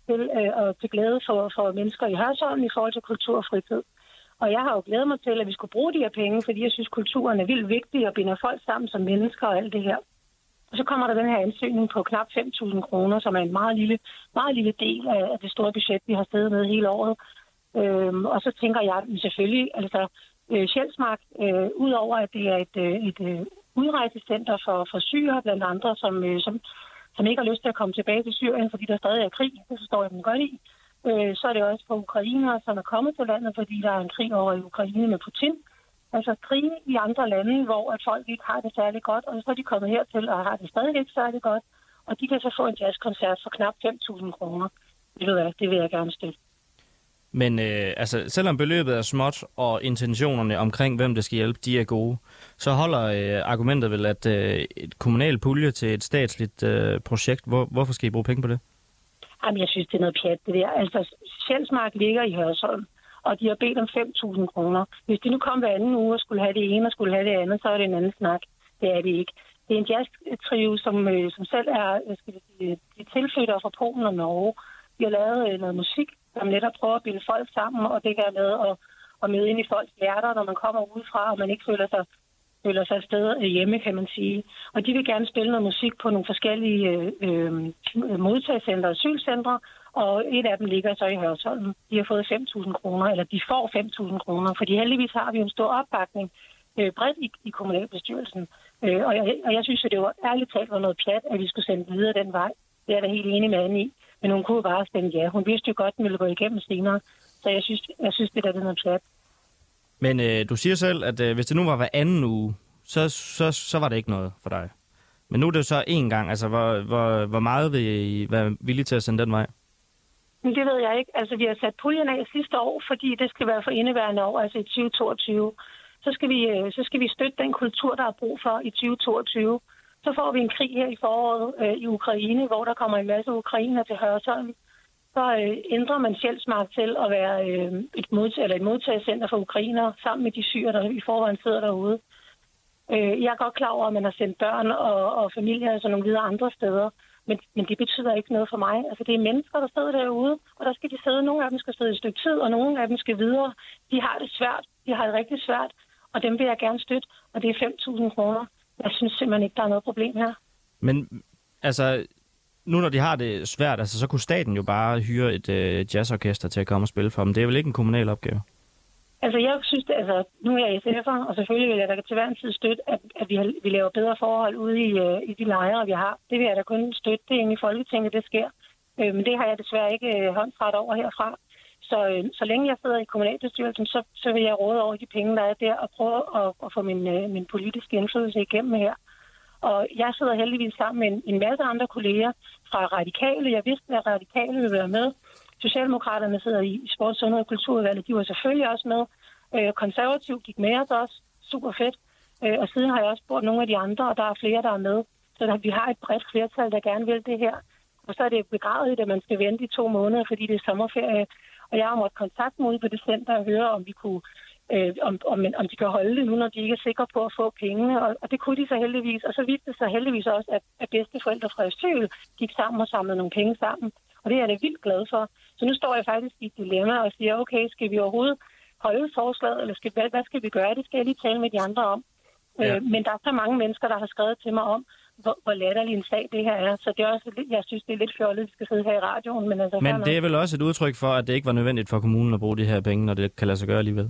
til glæde for mennesker i Hørsholm i forhold til kultur og fritid. Og jeg har jo glædet mig til, at vi skulle bruge de her penge, fordi jeg synes, kulturen er vildt vigtig og binder folk sammen som mennesker og alt det her. Og så kommer der den her ansøgning på knap 5.000 kroner, som er en meget lille del af det store budget, vi har stedet med hele året. Og så tænker jeg selvfølgelig, altså Sjælsmark, udover at det er et udrejsecenter for syrere, blandt andre, som ikke har lyst til at komme tilbage til Syrien, fordi der stadig er krig, det forstår jeg dem godt i. Så er det også for ukrainere, som er kommet til landet, fordi der er en krig over i Ukraine med Putin. Altså krig i andre lande, hvor at folk ikke har det særlig godt, og så er de kommet hertil og har det stadig ikke særlig godt, og de kan så få en jazzkoncert for knap 5.000 kroner. Det vil jeg gerne støtte. Men selvom beløbet er småt, og intentionerne omkring, hvem det skal hjælpe, de er gode, så holder argumentet vel, at et kommunal pulje til et statsligt projekt, hvorfor skal I bruge penge på det? Jamen, jeg synes, det er noget pjat, det der. Altså, Sjælsmark ligger i Hørsholm, og de har bedt om 5.000 kroner. Hvis de nu kom hver anden uge og skulle have det ene og skulle have det andet, så er det en anden snak. Det er det ikke. Det er en jazztrio, som selv er de tilflyttere fra Polen og Norge. De har lavet noget musik, som netop prøver at binde folk sammen, og det der med at møde ind i folks hjerter, når man kommer udefra, og man ikke føler sig afsted hjemme, kan man sige. Og de vil gerne spille noget musik på nogle forskellige modtagscentre og asylcentre, og et af dem ligger så i Hørsholm. De har fået 5.000 kroner, eller de får 5.000 kroner, fordi heldigvis har vi en stor opbakning bredt i kommunalbestyrelsen. Og jeg synes, at det var ærligt talt var noget plat, at vi skulle sende videre den vej. Det er jeg da helt enig med Anne i. Men hun kunne bare stemme ja. Hun vidste jo godt, at den ville gå igennem senere. Så jeg synes det er noget plat. Men du siger selv, at hvis det nu var hver anden uge, så var det ikke noget for dig. Men nu er det jo så én gang. Altså, hvor meget vil I være villige til at sende den vej? Men det ved jeg ikke. Altså, vi har sat puljen af sidste år, fordi det skal være for indeværende år, altså i 2022. Så skal vi støtte den kultur, der er brug for i 2022. Så får vi en krig her i foråret i Ukraine, hvor der kommer en masse ukrainer til Hørsholm. Så ændrer man Sjælsmark til at være et modtagscenter for ukrainer, sammen med de syre, der i forvejen sidder derude. Jeg er godt klar over, at man har sendt børn og familier og sådan nogle videre andre steder. Men det betyder ikke noget for mig. Altså, det er mennesker, der sidder derude, og der skal de sidde. Nogle af dem skal sidde et stykke tid, og nogle af dem skal videre. De har det svært. De har det rigtig svært, og dem vil jeg gerne støtte. Og det er 5.000 kroner. Jeg synes simpelthen ikke, der er noget problem her. Men altså, nu når de har det svært, altså, så kunne staten jo bare hyre et jazzorkester til at komme og spille for dem. Det er vel ikke en kommunal opgave? Altså, jeg synes, nu er jeg SF'er, og selvfølgelig vil jeg da til hver en tid støtte, at vi laver bedre forhold ude i de lejre, vi har. Det vil jeg da kun støtte. Det er inde i Folketinget, det sker. Men det har jeg desværre ikke håndfrat over herfra. Så længe jeg sidder i kommunalbestyrelsen, så vil jeg råde over de penge, der er der, og prøve at få min politiske indflydelse igennem her. Og jeg sidder heldigvis sammen med en masse andre kolleger fra Radikale. Jeg vidste, at Radikale ville være med. Socialdemokraterne sidder i Sports-, Sundhed- og Kulturudvalget. De var selvfølgelig også med. Konservativ gik med os også. Super fedt. Og siden har jeg også spurgt nogle af de andre, og der er flere, der er med. Så vi har et bredt flertal, der gerne vil det her. Og så er det begravet i, at man skal vente i 2 måneder, fordi det er sommerferie. Og jeg har måttet kontakte mod på det center og høre, om vi kunne, om de kan holde det nu, når de ikke er sikre på at få pengene. Og det kunne de så heldigvis. Og så viste det sig heldigvis også, at bedsteforældre fra Asyl gik sammen og samlede nogle penge sammen. Og det er jeg da vildt glad for. Så nu står jeg faktisk i et dilemma og siger, okay, skal vi overhovedet holde forslaget, eller hvad skal vi gøre? Det skal jeg lige tale med de andre om. Ja. Men der er så mange mennesker, der har skrevet til mig om, hvor latterlig en sag det her er. Så det er også, jeg synes, det er lidt fjollet, at vi skal sidde her i radioen. Men det er vel også et udtryk for, at det ikke var nødvendigt for kommunen at bruge de her penge, når det kan lade sig gøre alligevel?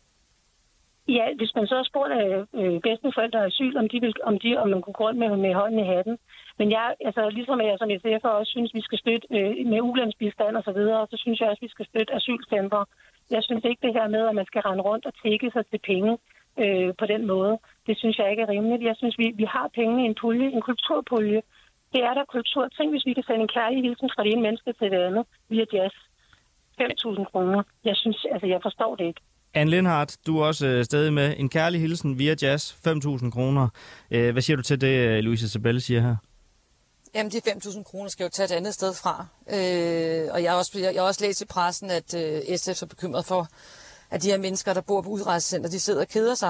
Ja, hvis man så har spurgt bedsteforældre af Asyl, om man kunne gå rundt med hånden i hatten. Men ligesom jeg som SF'er også synes, vi skal støtte med ulandsbistand og så videre, så synes jeg også, vi skal støtte asylcentre. Jeg synes ikke det her med, at man skal rende rundt og tække sig til penge på den måde. Det synes jeg ikke er rimeligt. Jeg synes, vi har penge i en pulje, en kulturpulje. Det er der kultur. Tænk, hvis vi kan sende en kærlig hilsen fra det ene menneske til det andet via jazz. 5.000 kroner. Jeg forstår det ikke. Anne Lindhardt, du er også stadig med. En kærlig hilsen via jazz, 5.000 kroner. Hvad siger du til det, Louise Isabelle siger her? Jamen, de 5.000 kroner skal jo tage et andet sted fra. Og jeg har også læst i pressen, at SF er bekymret for, at de her mennesker, der bor på udrejsecenter, de sidder og keder sig.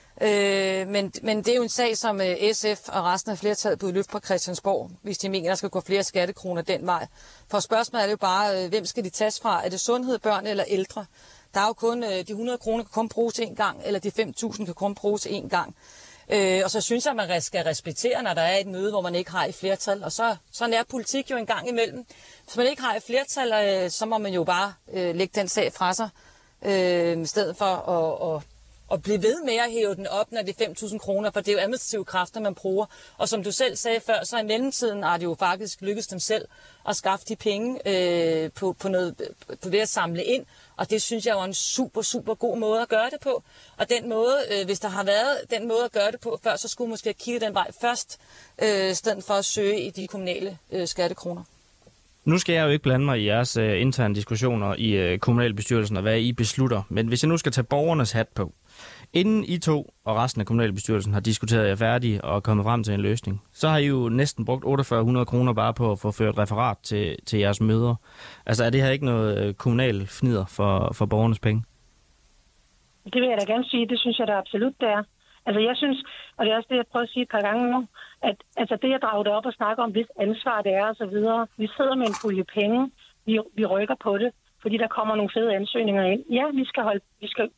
Men det er jo en sag, som SF og resten af flertallet burde løfte på Christiansborg, hvis de mener, der skal gå flere skattekroner den vej. For spørgsmålet er det jo bare, hvem skal de tages fra? Er det sundhed, børn eller ældre? Der er jo kun de 100 kroner kan kun bruges en gang, eller de 5.000 kan kun bruges en gang. Og så synes jeg, at man skal respektere, når der er et møde, hvor man ikke har et flertal. Og sådan er politik jo en gang imellem. Hvis man ikke har et flertal, så må man jo bare lægge den sag fra sig, i stedet for at blive ved med at hæve den op, når det er 5.000 kroner, for det er jo administrative kræfter, man bruger. Og som du selv sagde før, så i mellemtiden er det jo faktisk lykkedes dem selv at skaffe de penge på det at samle ind. Og det synes jeg var en super, super god måde at gøre det på. Og den måde, hvis der har været den måde at gøre det på før, så skulle man måske kigge den vej først, i stedet for at søge i de kommunale skattekroner. Nu skal jeg jo ikke blande mig i jeres interne diskussioner i kommunalbestyrelsen og hvad I beslutter. Men hvis jeg nu skal tage borgernes hat på, inden I to og resten af kommunalbestyrelsen har diskuteret jer færdige og kommet frem til en løsning, så har I jo næsten brugt 4800 kroner bare på at få ført referat til jeres møder. Altså er det her ikke noget kommunal fnider for borgernes penge? Det vil jeg da gerne sige. Det synes jeg da absolut, det er. Altså jeg synes, og det er også det, jeg prøver at sige et par gange nu, at altså det, jeg drager det op og snakker om, hvis ansvar det er og så videre. Vi sidder med en pulje penge, vi rykker på det, fordi der kommer nogle fede ansøgninger ind. Ja, vi skal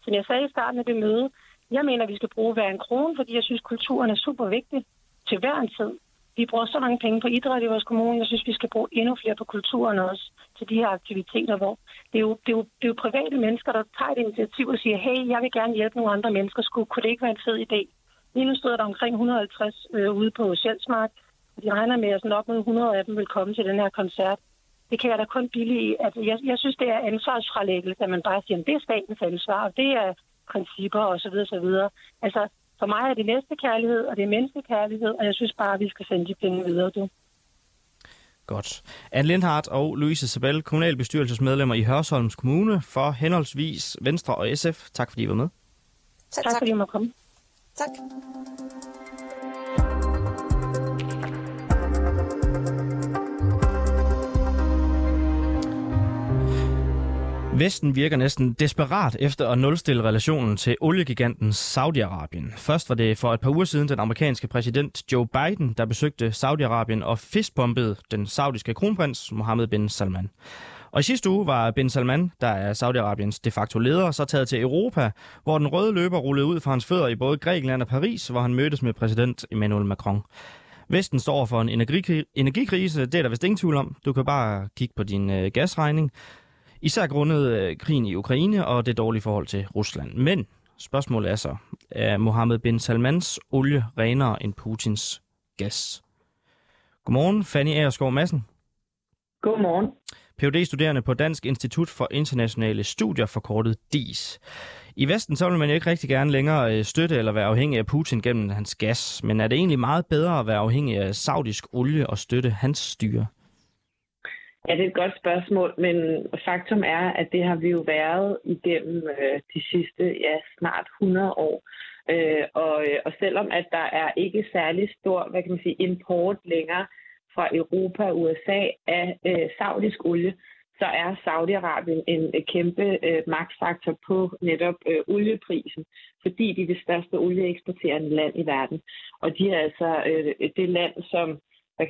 som jeg sagde i starten af det møde, jeg mener, at vi skal bruge hver en krone, fordi jeg synes, kulturen er super vigtig til hver en tid. Vi bruger så mange penge på idræt i vores kommune. Jeg synes, vi skal bruge endnu flere på kulturen også til de her aktiviteter, hvor det er jo private mennesker, der tager et initiativ og siger, hey, jeg vil gerne hjælpe nogle andre mennesker. Kunne det ikke være en fed idé? Lige nu stod der omkring 150 ude på Sjælsmark, og de regner med, at sådan op mod 100 af dem vil komme til den her koncert. Det kan jeg da kun billige. Altså, jeg synes, det er ansvarsfralæggelse, at man bare siger, at det er statens ansvar, og det er principper osv. osv. Altså, for mig er det næstekærlighed, og det er menneskekærlighed, og jeg synes bare, at vi skal sende de penge videre, du. Godt. Anne Lindhardt og Louise Sabel, kommunalbestyrelsesmedlemmer i Hørsholms Kommune for henholdsvis Venstre og SF. Tak fordi I var med. Tak fordi I måtte komme. Tak. Vesten virker næsten desperat efter at nulstille relationen til oliegiganten Saudi-Arabien. Først var det for et par uger siden den amerikanske præsident Joe Biden, der besøgte Saudi-Arabien og fistpumpede den saudiske kronprins Mohammed bin Salman. Og i sidste uge var bin Salman, der er Saudi-Arabiens de facto leder, så taget til Europa, hvor den røde løber rullede ud fra hans fødder i både Grækenland og Paris, hvor han mødtes med præsident Emmanuel Macron. Vesten står for en energikrise, det er der vist ingen tvivl om. Du kan bare kigge på din gasregning. Især grundet krigen i Ukraine og det dårlige forhold til Rusland. Men spørgsmålet er så, er Mohammed bin Salmans olie renere end Putins gas? Godmorgen, Fanny Agerskov Madsen. Godmorgen. Ph.D.-studerende på Dansk Institut for Internationale Studier, forkortet DIS. I Vesten så vil man ikke rigtig gerne længere støtte eller være afhængig af Putin gennem hans gas. Men er det egentlig meget bedre at være afhængig af saudisk olie og støtte hans styre? Ja, det er et godt spørgsmål, men faktum er, at det har vi jo været igennem de sidste snart 100 år. Og selvom at der er ikke særlig stor, import længere fra Europa og USA af saudisk olie, så er Saudi-Arabien en kæmpe magtfaktor på netop olieprisen, fordi de er det største olieeksporterende land i verden. Og de er altså det land, som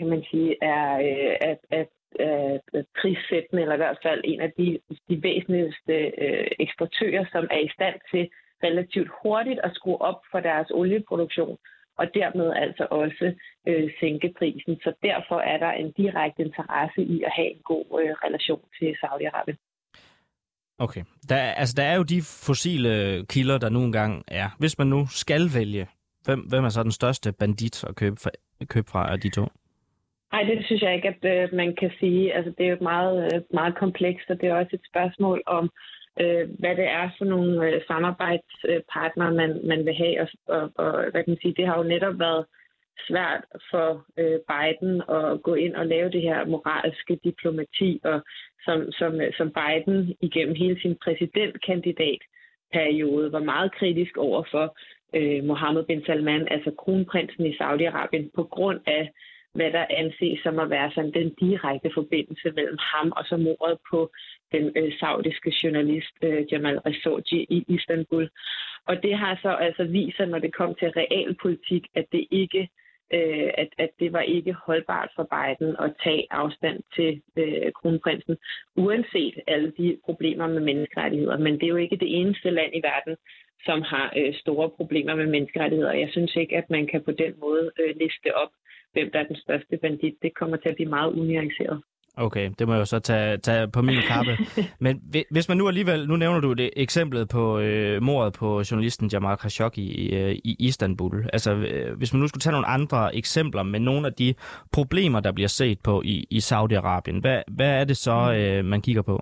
er prissættende, eller i hvert fald en af de væsentligste eksportører, som er i stand til relativt hurtigt at skrue op for deres olieproduktion, og dermed altså også sænke prisen. Så derfor er der en direkte interesse i at have en god relation til Saudi-Arabien. Okay. Der er jo de fossile kilder, der nu engang er. Hvis man nu skal vælge, hvem er så den største bandit at købe fra af de to? Nej, det synes jeg ikke, at man kan sige. Altså, det er jo meget, meget komplekst, og det er også et spørgsmål om, hvad det er for nogle samarbejdspartnere, man vil have. Og hvad kan man sige, det har jo netop været svært for Biden at gå ind og lave det her moralske diplomati, og som Biden igennem hele sin præsidentkandidatperiode var meget kritisk over for Mohammed bin Salman, altså kronprinsen i Saudi-Arabien, på grund af hvad der anses som at være sådan den direkte forbindelse mellem ham og så mordet på den saudiske journalist Jamal Khashoggi i Istanbul. Og det har så altså vist sig, når det kom til realpolitik, at det ikke at det var ikke holdbart for Biden at tage afstand til kronprinsen, uanset alle de problemer med menneskerettigheder. Men det er jo ikke det eneste land i verden, som har store problemer med menneskerettigheder. Jeg synes ikke, at man kan på den måde liste op, hvem der er den største bandit. Det kommer til at blive meget unuanceret. Okay, det må jeg jo så tage på min kappe. Men hvis man nu alligevel, nu nævner du det eksemplet på mordet på journalisten Jamal Khashoggi i Istanbul. Altså, hvis man nu skulle tage nogle andre eksempler med nogle af de problemer, der bliver set på i Saudi-Arabien, hvad er det så, man kigger på?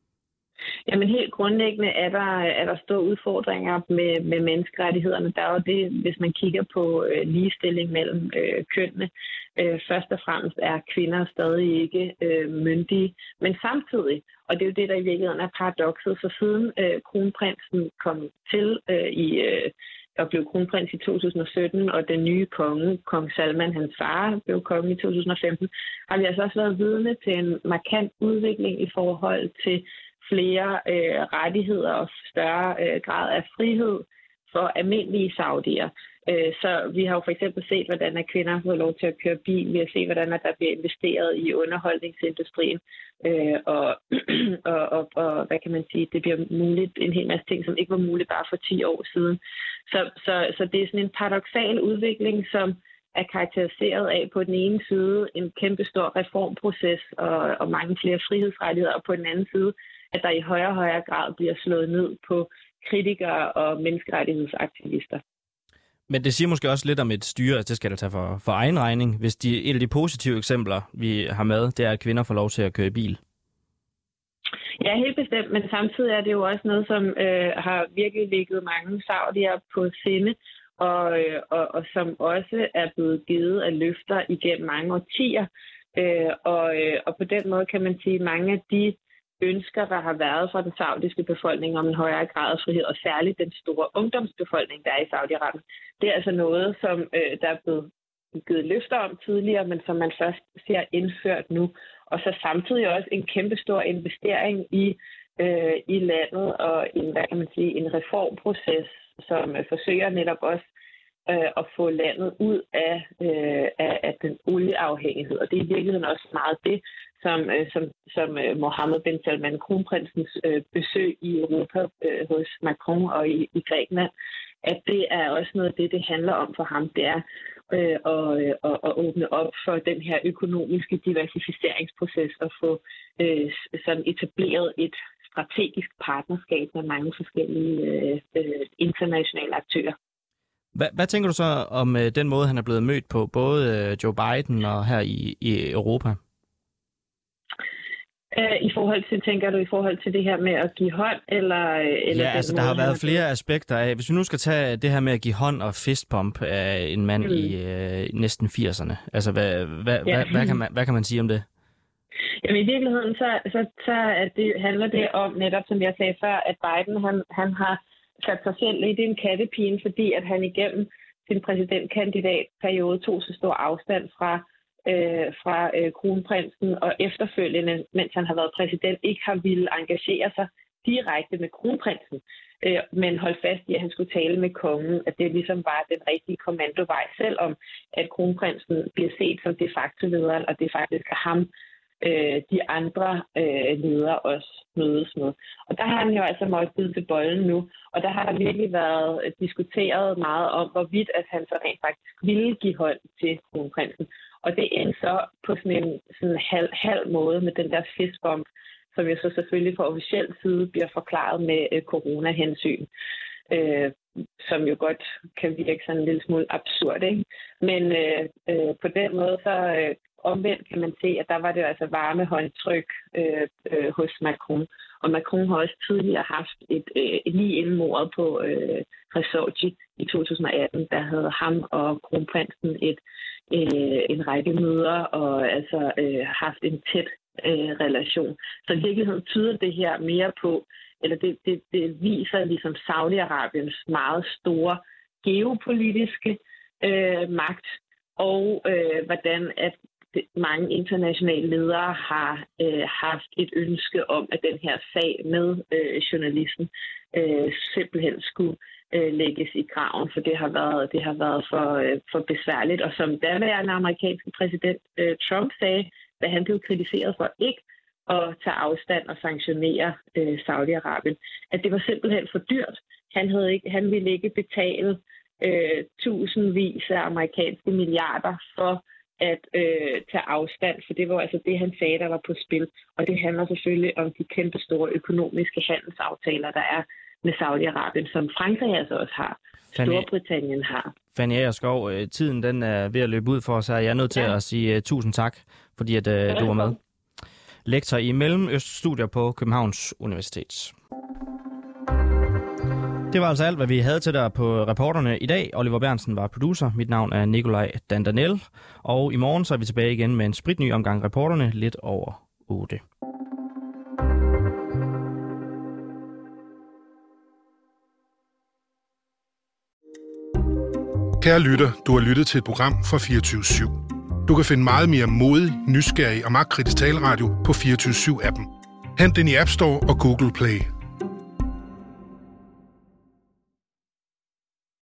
Jamen helt grundlæggende er der store udfordringer med menneskerettighederne. Der er jo det, hvis man kigger på ligestilling mellem kønnene. Først og fremmest er kvinder stadig ikke myndige, men samtidig, og det er jo det, der i virkeligheden er paradokset, så siden kronprinsen kom til og blev kronprins i 2017, og den nye konge, kong Salman, hans far, blev konge i 2015, har vi altså også været vidne til en markant udvikling i forhold til flere rettigheder og større grad af frihed for almindelige saudier. Så vi har jo for eksempel set, hvordan kvinder har fået lov til at køre bil. Vi har set, hvordan der bliver investeret i underholdningsindustrien. Og hvad kan man sige, det bliver muligt en hel masse ting, som ikke var muligt bare for 10 år siden. Så det er sådan en paradoksal udvikling, som er karakteriseret af på den ene side en kæmpe stor reformproces og mange flere frihedsrettigheder, og på den anden side, at der i højere og højere grad bliver slået ned på kritikere og menneskerettighedsaktivister. Men det siger måske også lidt om et styre, at det skal der tage for egen regning. Hvis et af de positive eksempler, vi har med, det er, at kvinder får lov til at køre bil. Ja, helt bestemt, men samtidig er det jo også noget, som har virkelig ligget mange saudier på sinde, og som også er blevet givet af løfter igennem mange årtier. Og på den måde kan man sige, at mange af de ønsker, der har været fra den saudiske befolkning om en højere grad af frihed, og særligt den store ungdomsbefolkning, der er i Saudi-Arabien, det er altså noget, som der er blevet givet løfter om tidligere, men som man først ser indført nu. Og så samtidig også en kæmpe stor investering i landet og en reformproces, som forsøger netop også at få landet ud af den olieafhængighed. Og det er i virkeligheden også meget det, som Mohammed bin Salman, kronprinsens besøg i Europa hos Macron og i Grækenland, at det er også noget af det handler om for ham. Det er at åbne op for den her økonomiske diversificeringsproces og få sådan etableret et strategisk partnerskab med mange forskellige internationale aktører. Hvad tænker du så om den måde, han er blevet mødt på, både Joe Biden og her i Europa? Tænker du i forhold til det her med at give hånd? Eller ja, altså der har været flere aspekter af. Hvis vi nu skal tage det her med at give hånd og fistbump af en mand i næsten 80'erne. Altså, hvad kan man sige om det? Jamen i virkeligheden, handler det om netop, som jeg sagde før, at Biden han har sat sig selv lidt i en kattepine, fordi at han igennem sin præsidentkandidatperiode tog så stor afstand fra kronprinsen, og efterfølgende, mens han har været præsident, ikke har ville engagere sig direkte med kronprinsen, men holdt fast i, at han skulle tale med kongen, at det ligesom var den rigtige kommandovej, selvom at kronprinsen bliver set som de facto lederen, og det faktisk er ham, de andre ledere også mødes med. Og der har han jo altså måttet bide til bolden nu, og der har der virkelig været diskuteret meget om, hvorvidt at han så rent faktisk ville give hånd til kronprinsen. Og det endte så på sådan en halv måde med den der fistbump, som jo så selvfølgelig fra officiel side bliver forklaret med coronahensyn, som jo godt kan virke sådan en lille smule absurd, ikke? Men på den måde så omvendt kan man se, at der var det altså varme håndtryk hos Macron. Og Macron har også tidligere haft lige inden mordet på Khashoggi i 2018, der havde ham og kronprinsen en række møder og altså haft en tæt relation. Så i virkeligheden tyder det her mere på, eller det viser ligesom Saudi-Arabiens meget store geopolitiske magt, og hvordan at mange internationale ledere har haft et ønske om, at den her sag med journalisten simpelthen skulle lægges i graven, for det har været for besværligt. Og som daværende amerikanske præsident Trump sagde, da han blev kritiseret for ikke at tage afstand og sanktionere Saudi-Arabien, at det var simpelthen for dyrt. Han ville ikke betale tusindvis af amerikanske milliarder for at tage afstand, for det var altså det, han sagde, der var på spil. Og det handler selvfølgelig om de kæmpe store økonomiske handelsaftaler, der er med Saudi-Arabien, som Frankrig altså også har. Storbritannien har. Fanny Agerskov, tiden den er ved at løbe ud for os her. Jeg er nødt til at sige tusind tak, fordi at du var med. Lektor i Mellemøststudier på Københavns Universitet. Det var altså alt, hvad vi havde til dig på reporterne i dag. Oliver Bernsen var producer. Mit navn er Nikolaj Dandanel. Og i morgen så er vi tilbage igen med en spritny omgang reporterne lidt over 8. Kære lytter, du har lyttet til et program fra 24/7. Du kan finde meget mere modig, nysgerrig og magtkritisk taleradio på 24/7-appen. Hent den i App Store og Google Play.